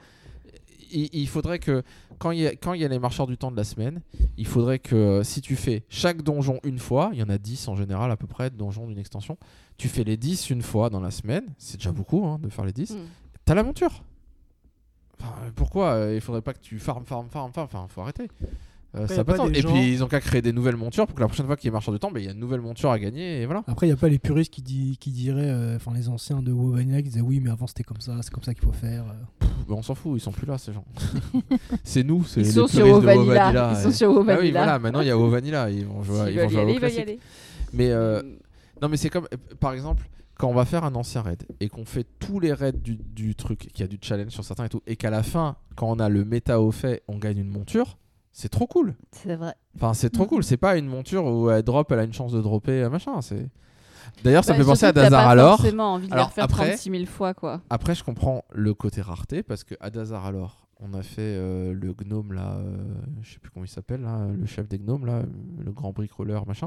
il faudrait que quand il y a les marcheurs du temps de la semaine, il faudrait que si tu fais chaque donjon une fois, il y en a 10 en général à peu près de donjons d'une extension, tu fais les 10 une fois dans la semaine, c'est déjà beaucoup hein, de faire les 10. T'as la monture. Enfin, pourquoi il faudrait pas que tu farmes, enfin, faut arrêter. Ça y a a pas de pas sens. des Et gens- puis ils ont qu'à créer des nouvelles montures pour que la prochaine fois qu'il y ait marcheur du temps, il y a une nouvelle monture à gagner et voilà. Après, il n'y a pas les puristes qui diraient, enfin les anciens de WoW Vanilla qui disaient oui, mais avant c'était comme ça, c'est comme ça qu'il faut faire. On s'en fout, ils sont plus là ces gens. C'est nous, c'est Ils les sont puristes sur de WoW WoW Vanilla. Vanilla. Ils sont sur WoW Ah oui, Vanilla. voilà, maintenant il y a WoW Vanilla, ils vont jouer, S'ils ils vont veulent y jouer à aller, WoW ils veulent y classique. aller. Mais non, mais c'est comme par exemple quand on va faire un ancien raid et qu'on fait tous les raids du truc, qu'il y a du challenge sur certains et tout, et qu'à la fin, quand on a le méta au fait, on gagne une monture, c'est trop cool. C'est vrai. Enfin, c'est trop cool. C'est pas une monture où elle a une chance de dropper machin. C'est. D'ailleurs, ça me fait penser à surtout que t'as Dazar pas alors. forcément envie de Alors, les refaire après- 36 000 fois, quoi. Après, je comprends le côté rareté parce que à Dazar alors, on a fait le gnome là, je sais plus comment il s'appelle là, le chef des gnomes là, le grand bricoleur machin.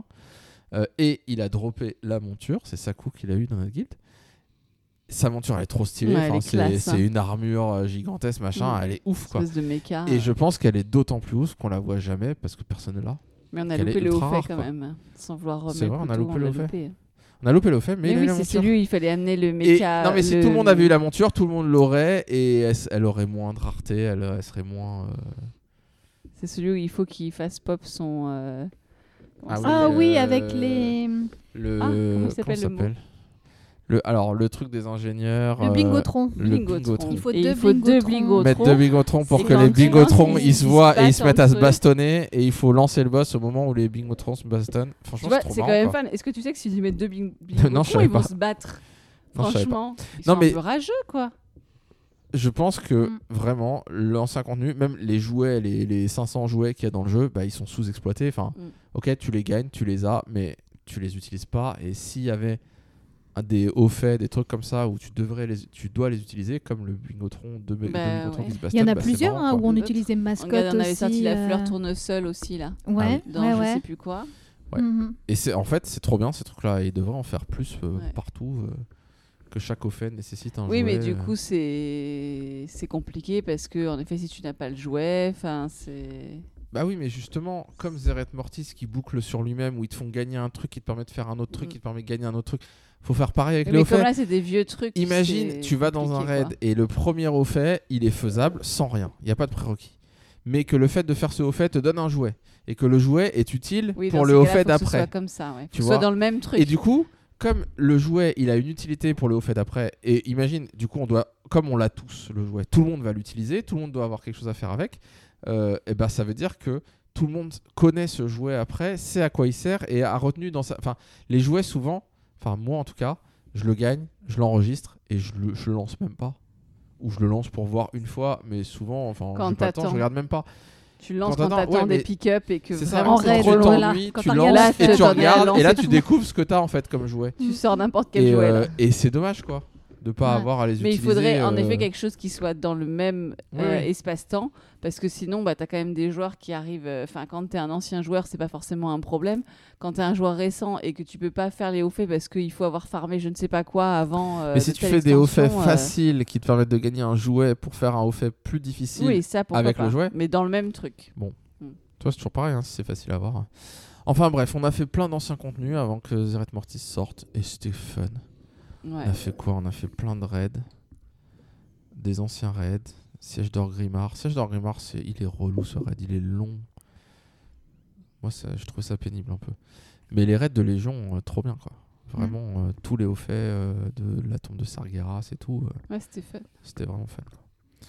Et il a droppé la monture, c'est Saku qu'il a eu dans notre guilde. Sa monture elle est trop stylée, Ouais, elle enfin, est classe, hein. c'est une armure gigantesque machin, elle est ouf quoi. Espèce de méca. Et je pense qu'elle est d'autant plus ouf qu'on la voit jamais parce que personne n'est là. Mais on a qu'elle loupé est le haut ultra fait rare, quand quoi. même, hein. Sans vouloir remettre C'est vrai, on a le loupé tout, le on haut l'a fait. loupé. On a loupé le fait, mais, il a Mais eu oui, la c'est monture. celui où il fallait amener le Et, méca. non mais si le- tout le monde avait eu la monture, tout le monde l'aurait et elle aurait moins de rareté, elle serait moins. C'est celui où il faut qu'il fasse pop son. comment Ah ça oui, Ah s'appelle oui, avec les. Le. Ah, comment il comment s'appelle, ça le mot s'appelle alors le truc des ingénieurs. Le bingotron. le bingotron. Il faut Et deux il faut deux bingotrons. bingotrons. Mettre deux bingotrons pour Et que quand les tu bingotrons lances, ils se voient et ils se mettent à se entre eux. bastonner et il faut lancer le boss au moment où les bingotrons se bastonnent. Tu Franchement, vois, c'est trop c'est quand marrant, même quoi. fun. Est-ce que tu sais que si tu mets deux bingotrons, Non, je savais ils vont pas. se battre? Non, je savais pas. Franchement, ils Non, sont mais- un peu rageux, quoi. Je pense que Mm. vraiment l'ancien contenu, même les jouets, les 500 jouets qu'il y a dans le jeu, bah, ils sont sous-exploités. Enfin, Mm. ok, tu les gagnes, tu les as, mais tu les utilises pas. Et s'il y avait des hauts faits, des trucs comme ça où tu dois les utiliser, comme le bingotron, deux Bah, bingotron ouais. qui se Il y bastonnent, en a bah, c'est plusieurs marrant, hein, quoi. où on D'autres. utilise des mascottes Regarde, on avait aussi. sorti la fleur tournesol aussi, là. Ouais, Dans ouais, je ouais. sais plus quoi. Ouais. Mhm. Et c'est en fait c'est trop bien ces trucs-là. Ils devraient en faire plus Ouais. partout. Que chaque haut fait nécessite un Oui, jouet. mais du coup, c'est compliqué parce que, en effet, si tu n'as pas le jouet, enfin, c'est. Bah oui, mais justement, comme Zeret Mortis qui boucle sur lui-même, où ils te font gagner un truc qui te permet de faire un autre truc, qui te permet de gagner un autre truc, faut faire pareil avec les Mais hauts comme faits. là, c'est des vieux trucs. Imagine, c'est tu vas dans un compliqué, raid quoi. et le premier haut fait, il est faisable sans rien. Il n'y a pas de prérequis. Mais que le fait de faire ce haut fait te donne un jouet. Et que le jouet est utile Oui, pour dans le ces haut cas-là, fait faut que ce d'après. soit comme ça, ouais. Faut Tu que ce soit vois. dans le même truc. Et du coup, comme le jouet, il a une utilité pour le haut fait d'après, et imagine, du coup, comme on l'a tous, le jouet, tout le monde va l'utiliser, tout le monde doit avoir quelque chose à faire avec, et ben ça veut dire que tout le monde connaît ce jouet après, sait à quoi il sert, et a retenu dans sa... Enfin, les jouets, souvent, enfin, moi en tout cas, je le gagne, je l'enregistre, et je le lance même pas. Ou je le lance pour voir une fois, mais souvent, enfin, Quand j'ai pas le temps, t'attends. je regarde même pas. Tu le lances Quand quand t'attends, t'attends ouais, des mais pick-up et que C'est ça, vraiment en quand raid, tu voilà. t'ennuies, Quand tu t'as lances, regardé, et tu t'en es à regardes, et là lancer tu tout. découvres ce que t'as en fait comme jouet. tu sors n'importe quel Et, jouet là. et c'est dommage quoi de pas Ouais. avoir à les Mais il utiliser. faudrait en effet quelque chose qui soit dans le même Ouais. espace-temps, parce que sinon, bah, t'as quand même des joueurs qui arrivent. Enfin, quand t'es un ancien joueur, c'est pas forcément un problème. Quand t'es un joueur récent et que tu peux pas faire les hauts faits parce qu'il faut avoir farmé je ne sais pas quoi avant. Mais si de tu telle fais des hauts faits extension, faciles qui te permettent de gagner un jouet pour faire un haut fait plus difficile, oui, ça pourquoi avec pas. le jouet. Mais dans le même truc. toi c'est toujours pareil hein, si c'est facile à voir. Enfin bref, on a fait plein d'anciens contenus avant que Zeret Mortis sorte et c'était fun. Ouais. On a fait quoi? On a fait plein de raids, des anciens raids, Siège d'Orgrimmar. Siège d'Orgrimmar, il est relou ce raid, il est long. Moi je trouve ça pénible un peu. Mais les raids de Légion, trop bien quoi. Vraiment, tous les hauts faits de la tombe de Sargeras et tout. Ouais, c'était fun. C'était vraiment fun. Quoi.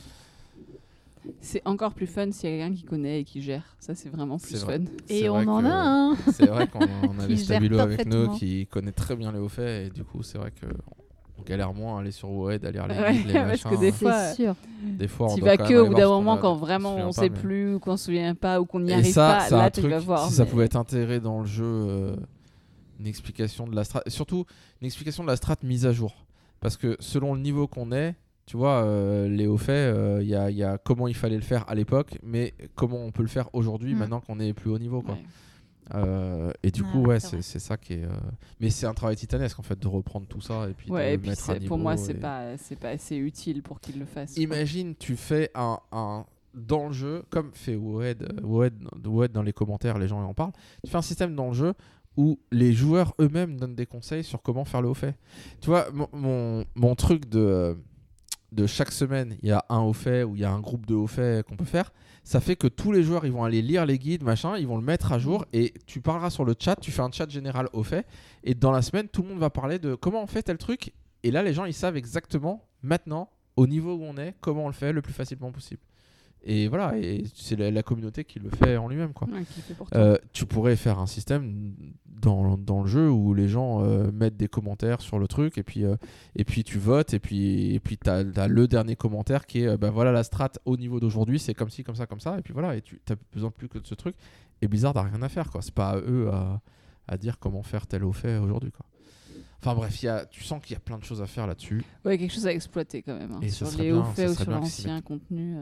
C'est encore plus fun s'il y a quelqu'un qui connaît et qui gère. Ça, c'est vraiment plus C'est vrai. fun. Et C'est on vrai en que- a un. C'est vrai qu'on avait Qui gère Stabilo avec nous, parfaitement. qui connaît très bien les hauts faits, et du coup, c'est vrai qu'on galère moins à aller sur WoW, à lire les Ouais, guides, les parce que machins. des fois, C'est sûr. Des fois, on tu doit vas quand que même au aller bout d'un voir ce qu'on moment a, quand on se vraiment souvient on pas, sait mais- plus ou qu'on se souvient pas ou qu'on n'y Et arrive ça, pas. c'est Là, un tu truc, vas voir. si ça mais- pouvait être intégré dans le jeu, une explication de la strat, surtout une explication de la strat mise à jour. Parce que selon le niveau qu'on est, tu vois, les hauts faits, il y a comment il fallait le faire à l'époque, mais comment on peut le faire aujourd'hui, maintenant qu'on est plus haut niveau, quoi. Ouais. Et du Ouais, coup, ouais, c'est vrai. c'est ça qui est. Mais c'est un travail titanesque en fait de reprendre tout ça et puis Ouais, de et puis mettre à c'est- niveau. pour moi, c'est et- pas assez utile pour qu'ils le fassent. quoi. Imagine, tu fais un dans le jeu, comme fait Woed dans les commentaires, les gens en parlent. Tu fais un système dans le jeu où les joueurs eux-mêmes donnent des conseils sur comment faire le haut fait. Tu vois, mon truc de chaque semaine, il y a un haut fait ou il y a un groupe de haut fait qu'on peut faire. Ça fait que tous les joueurs, ils vont aller lire les guides, machin, ils vont le mettre à jour et tu parleras sur le chat, tu fais un chat général au fait et dans la semaine, tout le monde va parler de comment on fait tel truc et là, les gens, ils savent exactement maintenant, au niveau où on est, comment on le fait le plus facilement possible. Et voilà, et c'est la communauté qui le fait en lui-même, quoi. Ouais, qui fait pour toi. Tu pourrais faire un système dans le jeu où les gens mettent des commentaires sur le truc et puis tu votes et puis t'as le dernier commentaire qui est bah voilà la strat au niveau d'aujourd'hui c'est comme ci comme ça et puis voilà et tu t'as besoin plus que de ce truc et Blizzard n'a rien à faire quoi, c'est pas à eux à dire comment faire tel au fait aujourd'hui quoi. Enfin bref, tu sens qu'il y a plein de choses à faire là-dessus. Ouais, quelque chose à exploiter quand même. Hein, Et ce sur serait les bien, hauts faits ça ou serait sur bien qu'ils s'y l'ancien contenu.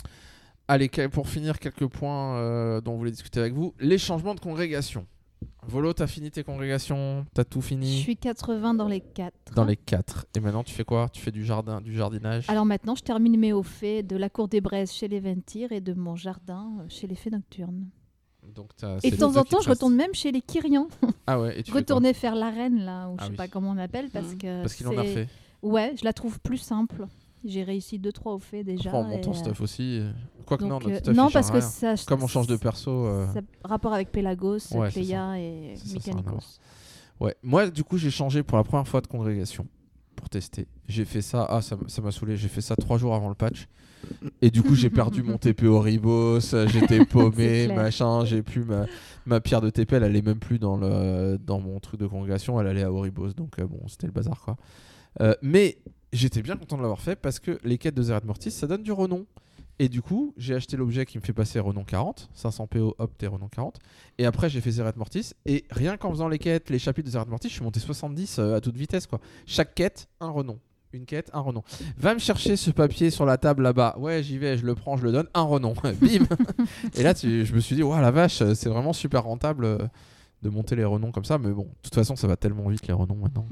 Allez, pour finir, quelques points dont on voulait discuter avec vous. Les changements de congrégation. Volo, t'as fini tes congrégations? T'as tout Je fini? suis 80 dans les 4. Dans les 4. Et maintenant, tu fais quoi? Tu fais du jardinage? Alors maintenant, je termine mes hauts faits de la cour des Braises chez les Ventir et de mon jardin chez les Fées Nocturnes. Donc, Et de temps en temps, je retourne même chez les Kyrians. Ah ouais, et tu fais Retourner faire l'arène, là, ou Ah je sais oui. pas comment on appelle, parce que. Parce qu'il en a c'est- refait. Ouais, je la trouve plus simple. J'ai réussi 2-3 hauts faits déjà. Après, en montant et, stuff aussi. Quoique non, donc, notre stuff, non, il parce change que rien. ça. Comme on change de perso. Ça rapport avec Pelagos, Ouais, c'est Cléa et Ça a rien à voir. Mechanicos. Ouais. Moi, du coup, j'ai changé pour la première fois de congrégation pour tester. J'ai fait ça. Ah, ça m'a saoulé. J'ai fait ça 3 jours avant le patch. Et du coup, j'ai perdu mon TP Oribos. J'étais paumé, clair. machin. J'ai plus ma pierre de TP. Elle allait même plus dans mon truc de congrégation. Elle allait à Oribos. Donc, bon, c'était le bazar, quoi. Mais j'étais bien content de l'avoir fait parce que les quêtes de Zereth Mortis, ça donne du renom. Et du coup, j'ai acheté l'objet qui me fait passer renom 40, 500 PO, hop, t'es renom 40. Et après, j'ai fait Zereth Mortis. Et rien qu'en faisant les quêtes, les chapitres de Zereth Mortis, je suis monté 70 à toute vitesse, quoi. Chaque quête, un renom. Une quête, un renom. Va me chercher ce papier sur la table là-bas. Ouais, j'y vais, je le prends, je le donne, un renom. Bim. Et là, je me suis dit, ouais, la vache, c'est vraiment super rentable de monter les renoms comme ça. Mais bon, de toute façon, ça va tellement vite les renoms maintenant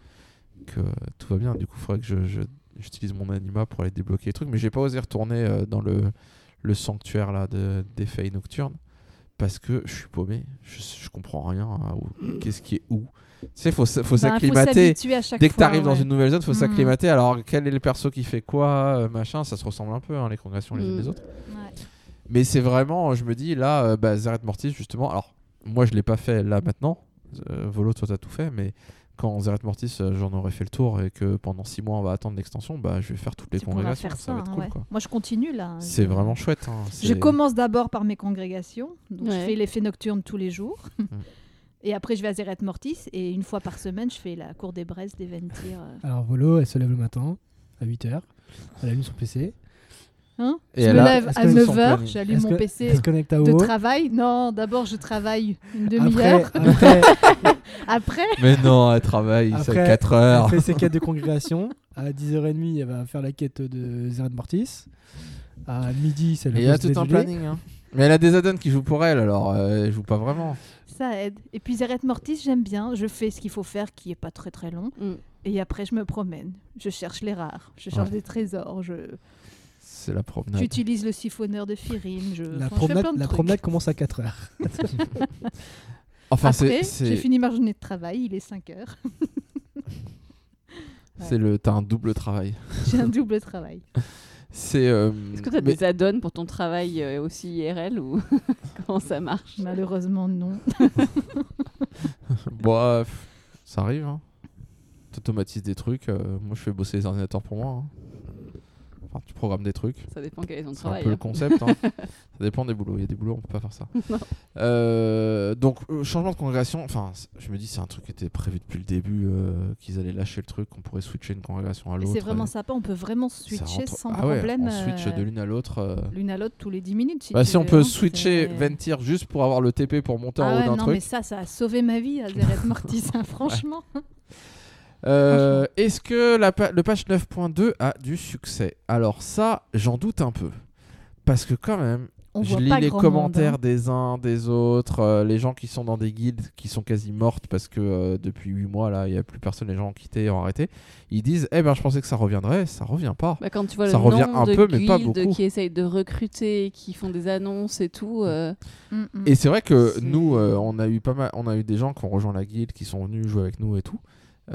que tout va bien. Du coup, il faudrait que j'utilise mon anima pour aller débloquer les trucs. Mais j'ai pas osé retourner dans le sanctuaire là, des Fées Nocturnes parce que je suis paumé. Je comprends rien à qu'est-ce qui est où. Tu sais, faut s'acclimater. s'habituer à chaque Dès que tu fois, arrives dans ouais. une nouvelle zone, faut Mhm. s'acclimater. Alors, quel est le perso qui fait quoi, machin, ça se ressemble un peu, hein, les congrégations les unes des autres. Ouais. Mais c'est vraiment, je me dis, là, Zereth Mortis, justement. Alors, moi, je l'ai pas fait là maintenant. Volo, toi, t'as tout fait. Mais quand Zereth Mortis, j'en aurais fait le tour et que pendant 6 mois, on va attendre l'extension, je vais faire toutes les Tu pourras congrégations. faire Ça va être hein, cool, ouais. quoi. Moi, je continue là. C'est vraiment chouette. Hein. Je commence d'abord par mes congrégations. Donc, Ouais. je fais les Fées Nocturnes tous les jours. Mm. Et après, je vais à Zereth Mortis. Et une fois par semaine, je fais la cour des Braises, des Ventir. Alors, Volo, elle se lève le matin à 8h. Elle allume son PC. Hein Et je elle me a- lève est-ce à que c'est son 9h, planning j'allume Elle mon se PC se connecte à de WoW. travail. Non, d'abord, je travaille une Après, demi-heure. Après, Mais non, elle travaille, c'est Après, 4 heures. elle fait ses quêtes de congrégation. À 10h30, elle va faire la quête de Zereth Mortis. À midi, c'est le Et il y a boss tout un dégelé. planning. Hein. Mais elle a des add-ons qui jouent pour elle, alors elle joue pas vraiment. ça aide. Et puis Zereth Mortis, j'aime bien. Je fais ce qu'il faut faire, qui est pas très très long. Mm. Et après, je me promène. Je cherche les rares. Je cherche Ouais. des trésors. C'est la promenade. J'utilise le siphonneur de Firim. La Enfin, je fais plein promenade, de la trucs. promenade commence à 4h. Enfin, Après, c'est j'ai fini ma journée de travail. Il est 5h. t'as un double travail. J'ai un double travail. C'est. Est-ce que tu as mais- des add-ons pour ton travail aussi IRL ou comment ça marche? Malheureusement, non. Bref. Ça arrive, hein. T'automatises des trucs. Moi, je fais bosser les ordinateurs pour moi. Hein. Enfin, tu programmes des trucs. Ça dépend quel est ton C'est travail. un peu le concept. Hein. Ça dépend des boulots. Il y a des boulots, on peut pas faire ça. Donc, changement de congrégation. Enfin, je me dis, c'est un truc qui était prévu depuis le début, qu'ils allaient lâcher le truc, qu'on pourrait switcher une congrégation à Et l'autre. c'est vraiment sympa, on peut vraiment switcher sans Ah ouais, problème. on switch de l'une à l'autre. L'une à l'autre tous les 10 minutes. Si, Si on peut switcher c'est- Ventir juste pour avoir le TP pour monter en haut d'un non, truc. mais ça a sauvé ma vie, Azeret Mortis, hein, franchement. Est-ce que le patch 9.2 a du succès? Alors ça, j'en doute un peu. Parce que quand même, On je voit lis pas les grand commentaires monde, des uns, des autres, les gens qui sont dans des guildes qui sont quasi mortes parce que depuis 8 mois, là, il n'y a plus personne, les gens ont quitté, ont arrêté. Ils disent, je pensais que ça reviendrait, ça revient pas. Bah, quand tu vois Ça le revient nombre un de peu, mais pas guildes beaucoup. qui essayent de recruter, qui font des annonces et tout, Et c'est vrai que C'est- nous, on a eu des gens qui ont rejoint la guilde, qui sont venus jouer avec nous et tout.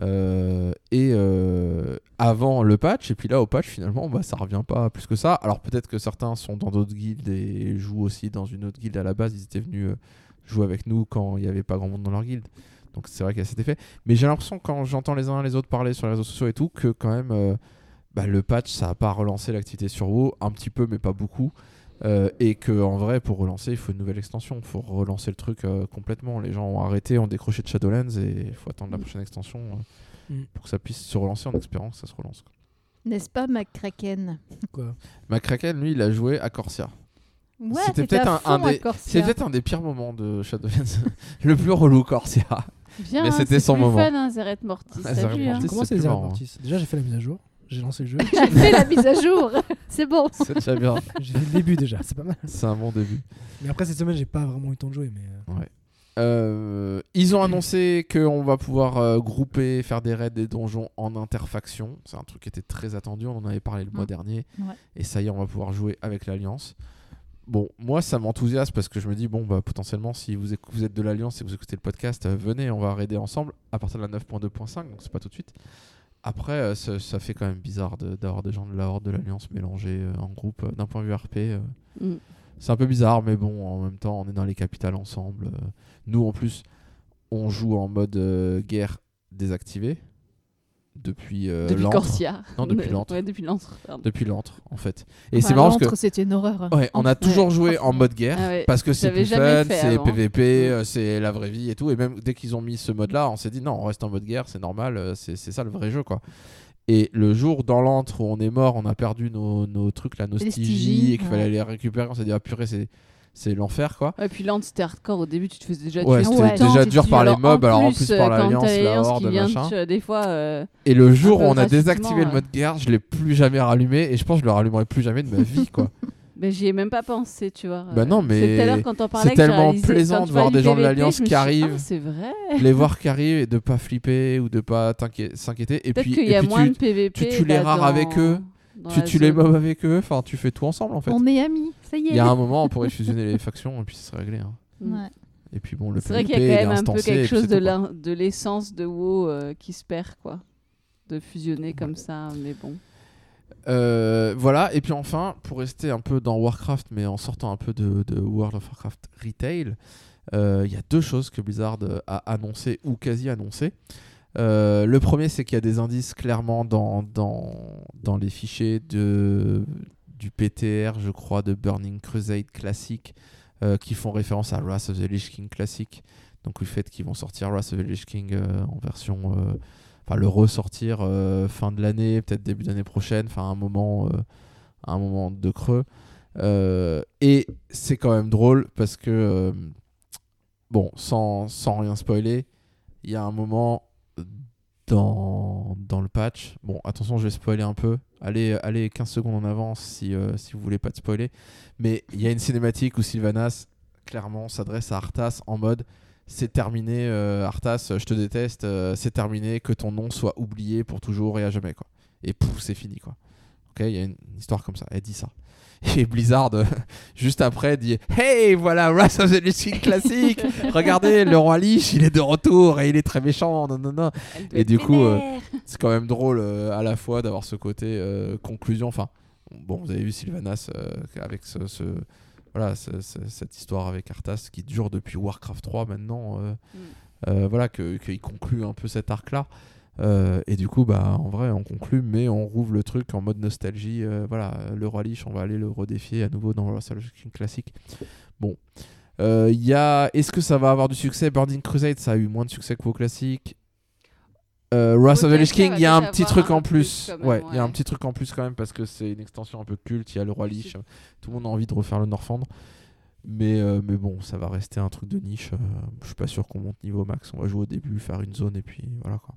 Avant le patch, et puis là au patch finalement ça revient pas plus que ça. Alors peut-être que certains sont dans d'autres guildes et jouent aussi dans une autre guilde à la base, ils étaient venus jouer avec nous quand il n'y avait pas grand monde dans leur guilde, donc c'est vrai qu'il y a cet effet. Mais j'ai l'impression quand j'entends les uns les autres parler sur les réseaux sociaux et tout que quand même le patch ça a pas relancé l'activité sur WoW, un petit peu mais pas beaucoup. Et que en vrai pour relancer il faut une nouvelle extension, il faut relancer le truc complètement. Les gens ont arrêté, ont décroché de Shadowlands et il faut attendre la prochaine extension pour que ça puisse se relancer en espérant que ça se relance. N'est-ce pas, McCracken? Quoi. McCracken lui il a joué à Corsia. Ouais, C'était t'étais peut-être à un fond à des- Corsia. C'est peut-être un des pires moments de Shadowlands. Le plus relou Corsia. Bien, Mais hein, c'était c'est son plus moment. fun, hein, Azeret Mortis. Ah, t'as Azeret vu, hein. Mortis. Comment c'est c'est les plus erreurs marrant, Mortis? Déjà, j'ai fait la mise à jour. J'ai lancé le jeu. J'ai fait la mise à jour. C'est bon. C'est déjà bien. J'ai fait le début déjà. C'est pas mal. C'est un bon début. Mais après, cette semaine, j'ai pas vraiment eu le temps de jouer. Mais Ils ont annoncé qu'on va pouvoir grouper, faire des raids, des donjons en interfaction. C'est un truc qui était très attendu, on en avait parlé le mois dernier. Ouais. Et ça y est, on va pouvoir jouer avec l'Alliance. Bon, moi ça m'enthousiasme parce que je me dis, potentiellement, si vous êtes de l'Alliance et vous écoutez le podcast, venez, on va raider ensemble à partir de la 9.2.5, donc c'est pas tout de suite. Après, ça fait quand même bizarre d'avoir des gens de la Horde, de l'Alliance mélangés en groupe. D'un point de vue RP, c'est un peu bizarre, mais bon, en même temps, on est dans les capitales ensemble. Nous, en plus, on joue en mode guerre désactivé depuis Depuis l'antre. Corsia. Non, depuis l'antre. Ouais, depuis l'antre. pardon. Depuis l'antre, en fait. Et Enfin, c'est marrant parce l'antre, que c'était une horreur. ouais, on a toujours joué en mode guerre Ah ouais, parce que c'est j'avais plus jamais fun, fait c'est avant. PVP, c'est la vraie vie et tout. Et même dès qu'ils ont mis ce mode-là, on s'est dit non, on reste en mode guerre, c'est normal, c'est ça le vrai jeu, quoi. Et le jour dans l'antre où on est mort, on a perdu nos trucs, là, nos Les stygies, stygies, et qu'il fallait les récupérer, on s'est dit ah purée, c'est l'enfer, quoi. Ouais, puis l'antre c'était hardcore au début, tu te faisais déjà Ouais, tuer c'était tout le temps, déjà tu dur te dis, par les alors, mobs, alors en plus par quand l'Alliance, t'as la l'Alliance Horde, qui vient machin. des fois. Et le jour peu où on a gratuitement, désactivé le mode guerre, je l'ai plus jamais rallumé et je pense que je le rallumerai plus jamais de ma vie, quoi. Mais j'y ai même pas pensé, tu vois. Bah non, mais c'est tout à l'heure quand t'en parlais c'est que j'ai tellement réalisé, plaisant quand de tu voir vois des du gens de PVP, l'Alliance je me qui suis dit, arrivent. ah, c'est vrai. Les voir qui arrivent et de pas flipper ou de pas s'inquiéter. Et Peut-être puis, qu'il y a moins de tu PVP. tues les rares avec eux, tu tues les mobs avec eux, enfin tu fais tout ensemble en fait. On est amis, ça y est. Il y a un moment on pourrait fusionner les factions et puis ça serait réglé. Hein. Ouais. Et puis bon, le C'est vrai PVP qu'il y a il quand est même un peu instancé, et quelque puis chose c'est tout, quoi. de l'essence de WoW qui se perd, quoi. De fusionner comme ça, mais bon. Voilà, et puis enfin, pour rester un peu dans Warcraft, mais en sortant un peu de World of Warcraft Retail, il y a deux choses que Blizzard a annoncé ou quasi annoncé. Le premier, c'est qu'il y a des indices clairement dans les fichiers du PTR, je crois, de Burning Crusade classique, qui font référence à Wrath of the Lich King classique. Donc le fait qu'ils vont sortir Wrath of the Lich King en version... Enfin, le ressortir fin de l'année, peut-être début d'année prochaine, enfin un moment de creux. Et c'est quand même drôle parce que, bon, sans rien spoiler, il y a un moment dans le patch. Bon, attention, je vais spoiler un peu. Allez 15 secondes en avance si vous voulez pas te spoiler. Mais il y a une cinématique où Sylvanas, clairement, s'adresse à Arthas en mode... C'est terminé, Arthas, je te déteste, c'est terminé, que ton nom soit oublié pour toujours et à jamais, quoi. Et pouf, c'est fini, quoi. Ok, il y a une histoire comme ça, elle dit ça. Et Blizzard, juste après, dit hey, voilà, Wrath of the Lich King classique, regardez, le roi Lich, il est de retour et il est très méchant, non. Et du coup, c'est quand même drôle à la fois d'avoir ce côté conclusion. Enfin, bon, vous avez vu Sylvanas avec cette histoire avec Arthas qui dure depuis Warcraft 3 maintenant, Voilà, qu'il conclut un peu cet arc-là. Et du coup, en vrai, on conclut, mais on rouvre le truc en mode nostalgie. Voilà, le Roi Lich, on va aller le redéfier à nouveau dans Wrath of the Lich King classique. Bon. Est-ce que ça va avoir du succès? Burning Crusade, ça a eu moins de succès que vos classiques. Wrath of the Lich King, il y a un petit truc en plus. Ouais, il y a un petit truc en plus quand même parce que c'est une extension un peu culte. Il y a le Roi Lich. Tout le monde a envie de refaire le Northrend. Mais bon, ça va rester un truc de niche. Je suis pas sûr qu'on monte niveau max. On va jouer au début, faire une zone et puis voilà quoi.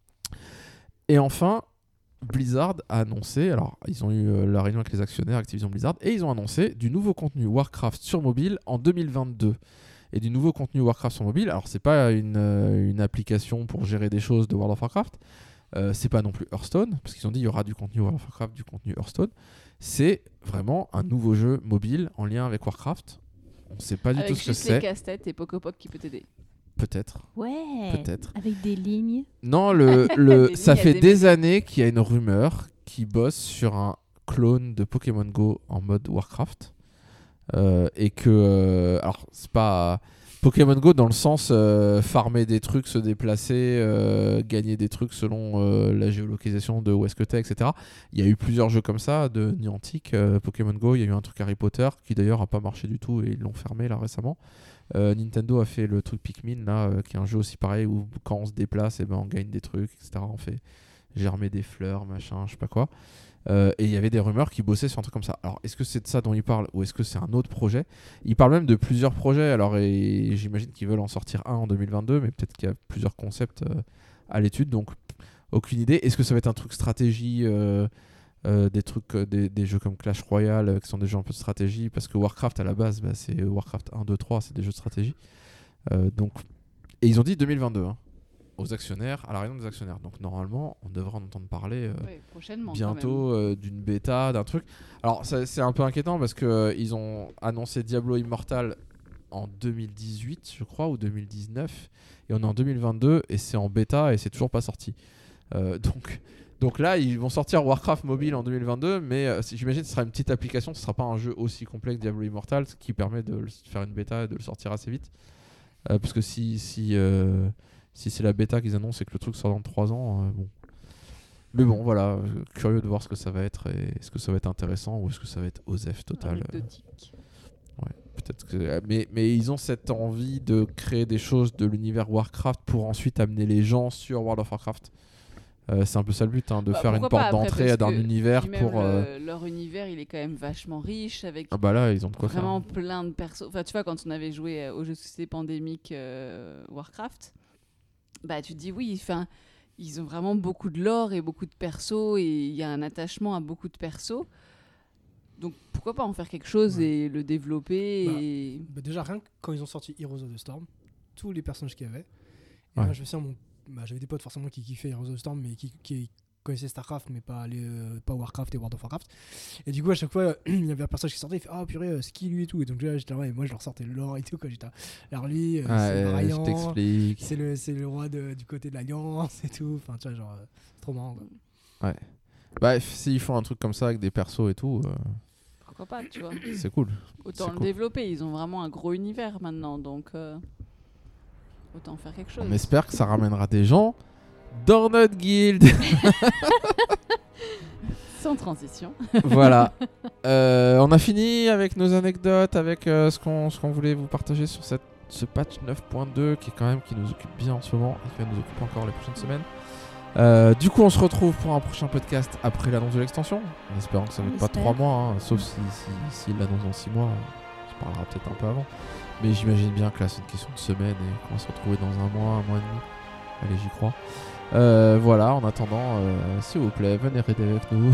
Et enfin, Blizzard a annoncé, alors ils ont eu la réunion avec les actionnaires Activision Blizzard, et ils ont annoncé du nouveau contenu Warcraft sur mobile en 2022. Et du nouveau contenu Warcraft sur mobile, alors c'est pas une application pour gérer des choses de World of Warcraft, c'est pas non plus Hearthstone, parce qu'ils ont dit il y aura du contenu World of Warcraft, du contenu Hearthstone. C'est vraiment un nouveau jeu mobile en lien avec Warcraft. On sait pas du tout ce que c'est. Avec juste les casse-têtes et Pokopop qui peut t'aider. Peut-être. Ouais. Peut-être. Avec des lignes. Non, ça fait des années qu'il y a une rumeur qui bosse sur un clone de Pokémon Go en mode Warcraft. Et que... alors, c'est pas... Pokémon Go dans le sens farmer des trucs, se déplacer, gagner des trucs selon la géolocalisation de où est-ce que t'es, etc. Il y a eu plusieurs jeux comme ça de Niantic, Pokémon Go. Il y a eu un truc Harry Potter qui d'ailleurs a pas marché du tout et ils l'ont fermé là récemment. Nintendo a fait le truc Pikmin là, qui est un jeu aussi pareil où quand on se déplace, on gagne des trucs, etc. On fait germer des fleurs, machin, je sais pas quoi. Et il y avait des rumeurs qui bossaient sur un truc comme ça. Alors, est-ce que c'est de ça dont ils parlent ou est-ce que c'est un autre projet? Ils parlent même de plusieurs projets. Alors, et j'imagine qu'ils veulent en sortir un en 2022, mais peut-être qu'il y a plusieurs concepts à l'étude. Donc, aucune idée. Est-ce que ça va être un truc stratégie, des trucs, des jeux comme Clash Royale qui sont des jeux un peu de stratégie? Parce que Warcraft à la base, c'est Warcraft 1, 2, 3, c'est des jeux de stratégie. Donc, et ils ont dit 2022. Hein. Aux actionnaires, à la réunion des actionnaires. Donc normalement, on devrait en entendre parler prochainement, bientôt d'une bêta, d'un truc. Alors c'est un peu inquiétant parce que ils ont annoncé Diablo Immortal en 2018, je crois, ou 2019, et on est en 2022 et c'est en bêta et c'est toujours pas sorti. Donc là, ils vont sortir Warcraft mobile en 2022, mais j'imagine que ce sera une petite application, ce sera pas un jeu aussi complet que Diablo Immortal, ce qui permet de faire une bêta et de le sortir assez vite. Parce que si c'est la bêta qu'ils annoncent et que le truc sort dans 3 ans, bon. Mais bon, voilà, curieux de voir ce que ça va être. Et est-ce que ça va être intéressant ou est-ce que ça va être OSEF total ouais, peut-être que... mais ils ont cette envie de créer des choses de l'univers Warcraft pour ensuite amener les gens sur World of Warcraft. C'est un peu ça le but, de faire une porte d'entrée d'un univers pour... leur univers, il est quand même vachement riche avec là, ils ont de quoi vraiment faire. Plein de persos. Enfin, tu vois, quand on avait joué au jeu de société pandémique Warcraft, tu te dis oui, ils ont vraiment beaucoup de lore et beaucoup de persos et il y a un attachement à beaucoup de persos. Donc pourquoi pas en faire quelque chose et le développer Déjà, rien que quand ils ont sorti Heroes of the Storm, tous les personnages qu'il y avait, et moi je me souviens, j'avais des potes forcément qui kiffaient Heroes of the Storm, mais qui connaissaient Starcraft, mais pas Warcraft et World of Warcraft. Et du coup, à chaque fois, il y avait un personnage qui sortait, il fait oh purée, c'est qui lui et tout. Et donc là, j'étais là, et moi je leur sortais le lore et tout. J'étais là, alors lui, c'est Ryan, c'est le roi du côté de l'Alliance et tout. Enfin, tu vois, genre, c'est trop marrant quoi. Ouais. S'ils font un truc comme ça avec des persos et tout. Pourquoi pas, tu vois. C'est cool. Autant développer, ils ont vraiment un gros univers maintenant, donc autant faire quelque chose. On espère que ça ramènera des gens dans notre guilde. Sans transition. Voilà. On a fini avec nos anecdotes, avec ce qu'on voulait vous partager sur ce patch 9.2 qui nous occupe bien en ce moment et qui va nous occuper encore les prochaines semaines. Du coup, on se retrouve pour un prochain podcast après l'annonce de l'extension, en espérant que ça ne va pas 3 mois, sauf s'il l'annonce dans 6 mois, on se parlera peut-être un peu avant. Mais j'imagine bien que là, c'est une question de semaine et qu'on va se retrouver dans un mois et demi. Allez, j'y crois. Voilà, en attendant, s'il vous plaît, venez raider avec nous.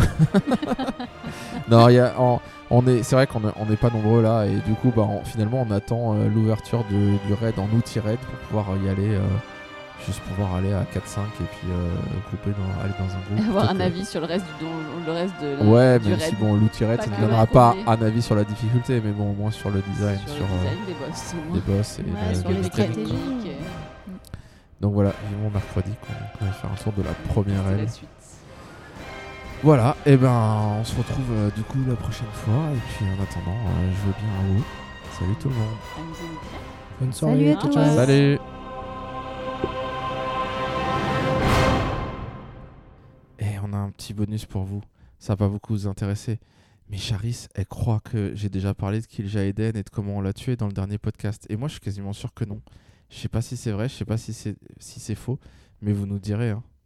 Non, c'est vrai qu'on n'est pas nombreux là, et du coup, finalement, on attend l'ouverture du raid en outil raid pour pouvoir y aller, juste pouvoir aller à 4-5 et puis aller dans un groupe. Avoir un avis sur le reste du raid. Ouais, même si l'outil raid, ça ne donnera pas un avis sur la difficulté, mais bon, au moins sur le design. Sur le design des boss. Et sur les stratégies. Donc voilà, vivement mercredi qu'on va faire un tour de la première aile. Voilà, et on se retrouve du coup la prochaine fois. Et puis en attendant, jouez bien à vous. Salut tout le monde. Bonne soirée. Salut à tous. Salut. petit bonus pour vous. Ça va pas beaucoup vous intéresser. Mais Charis, elle croit que j'ai déjà parlé de Kilja Eden et de comment on l'a tué dans le dernier podcast. Et moi, je suis quasiment sûr que non. Je sais pas si c'est vrai, je sais pas si c'est faux, mais vous nous direz. Hein.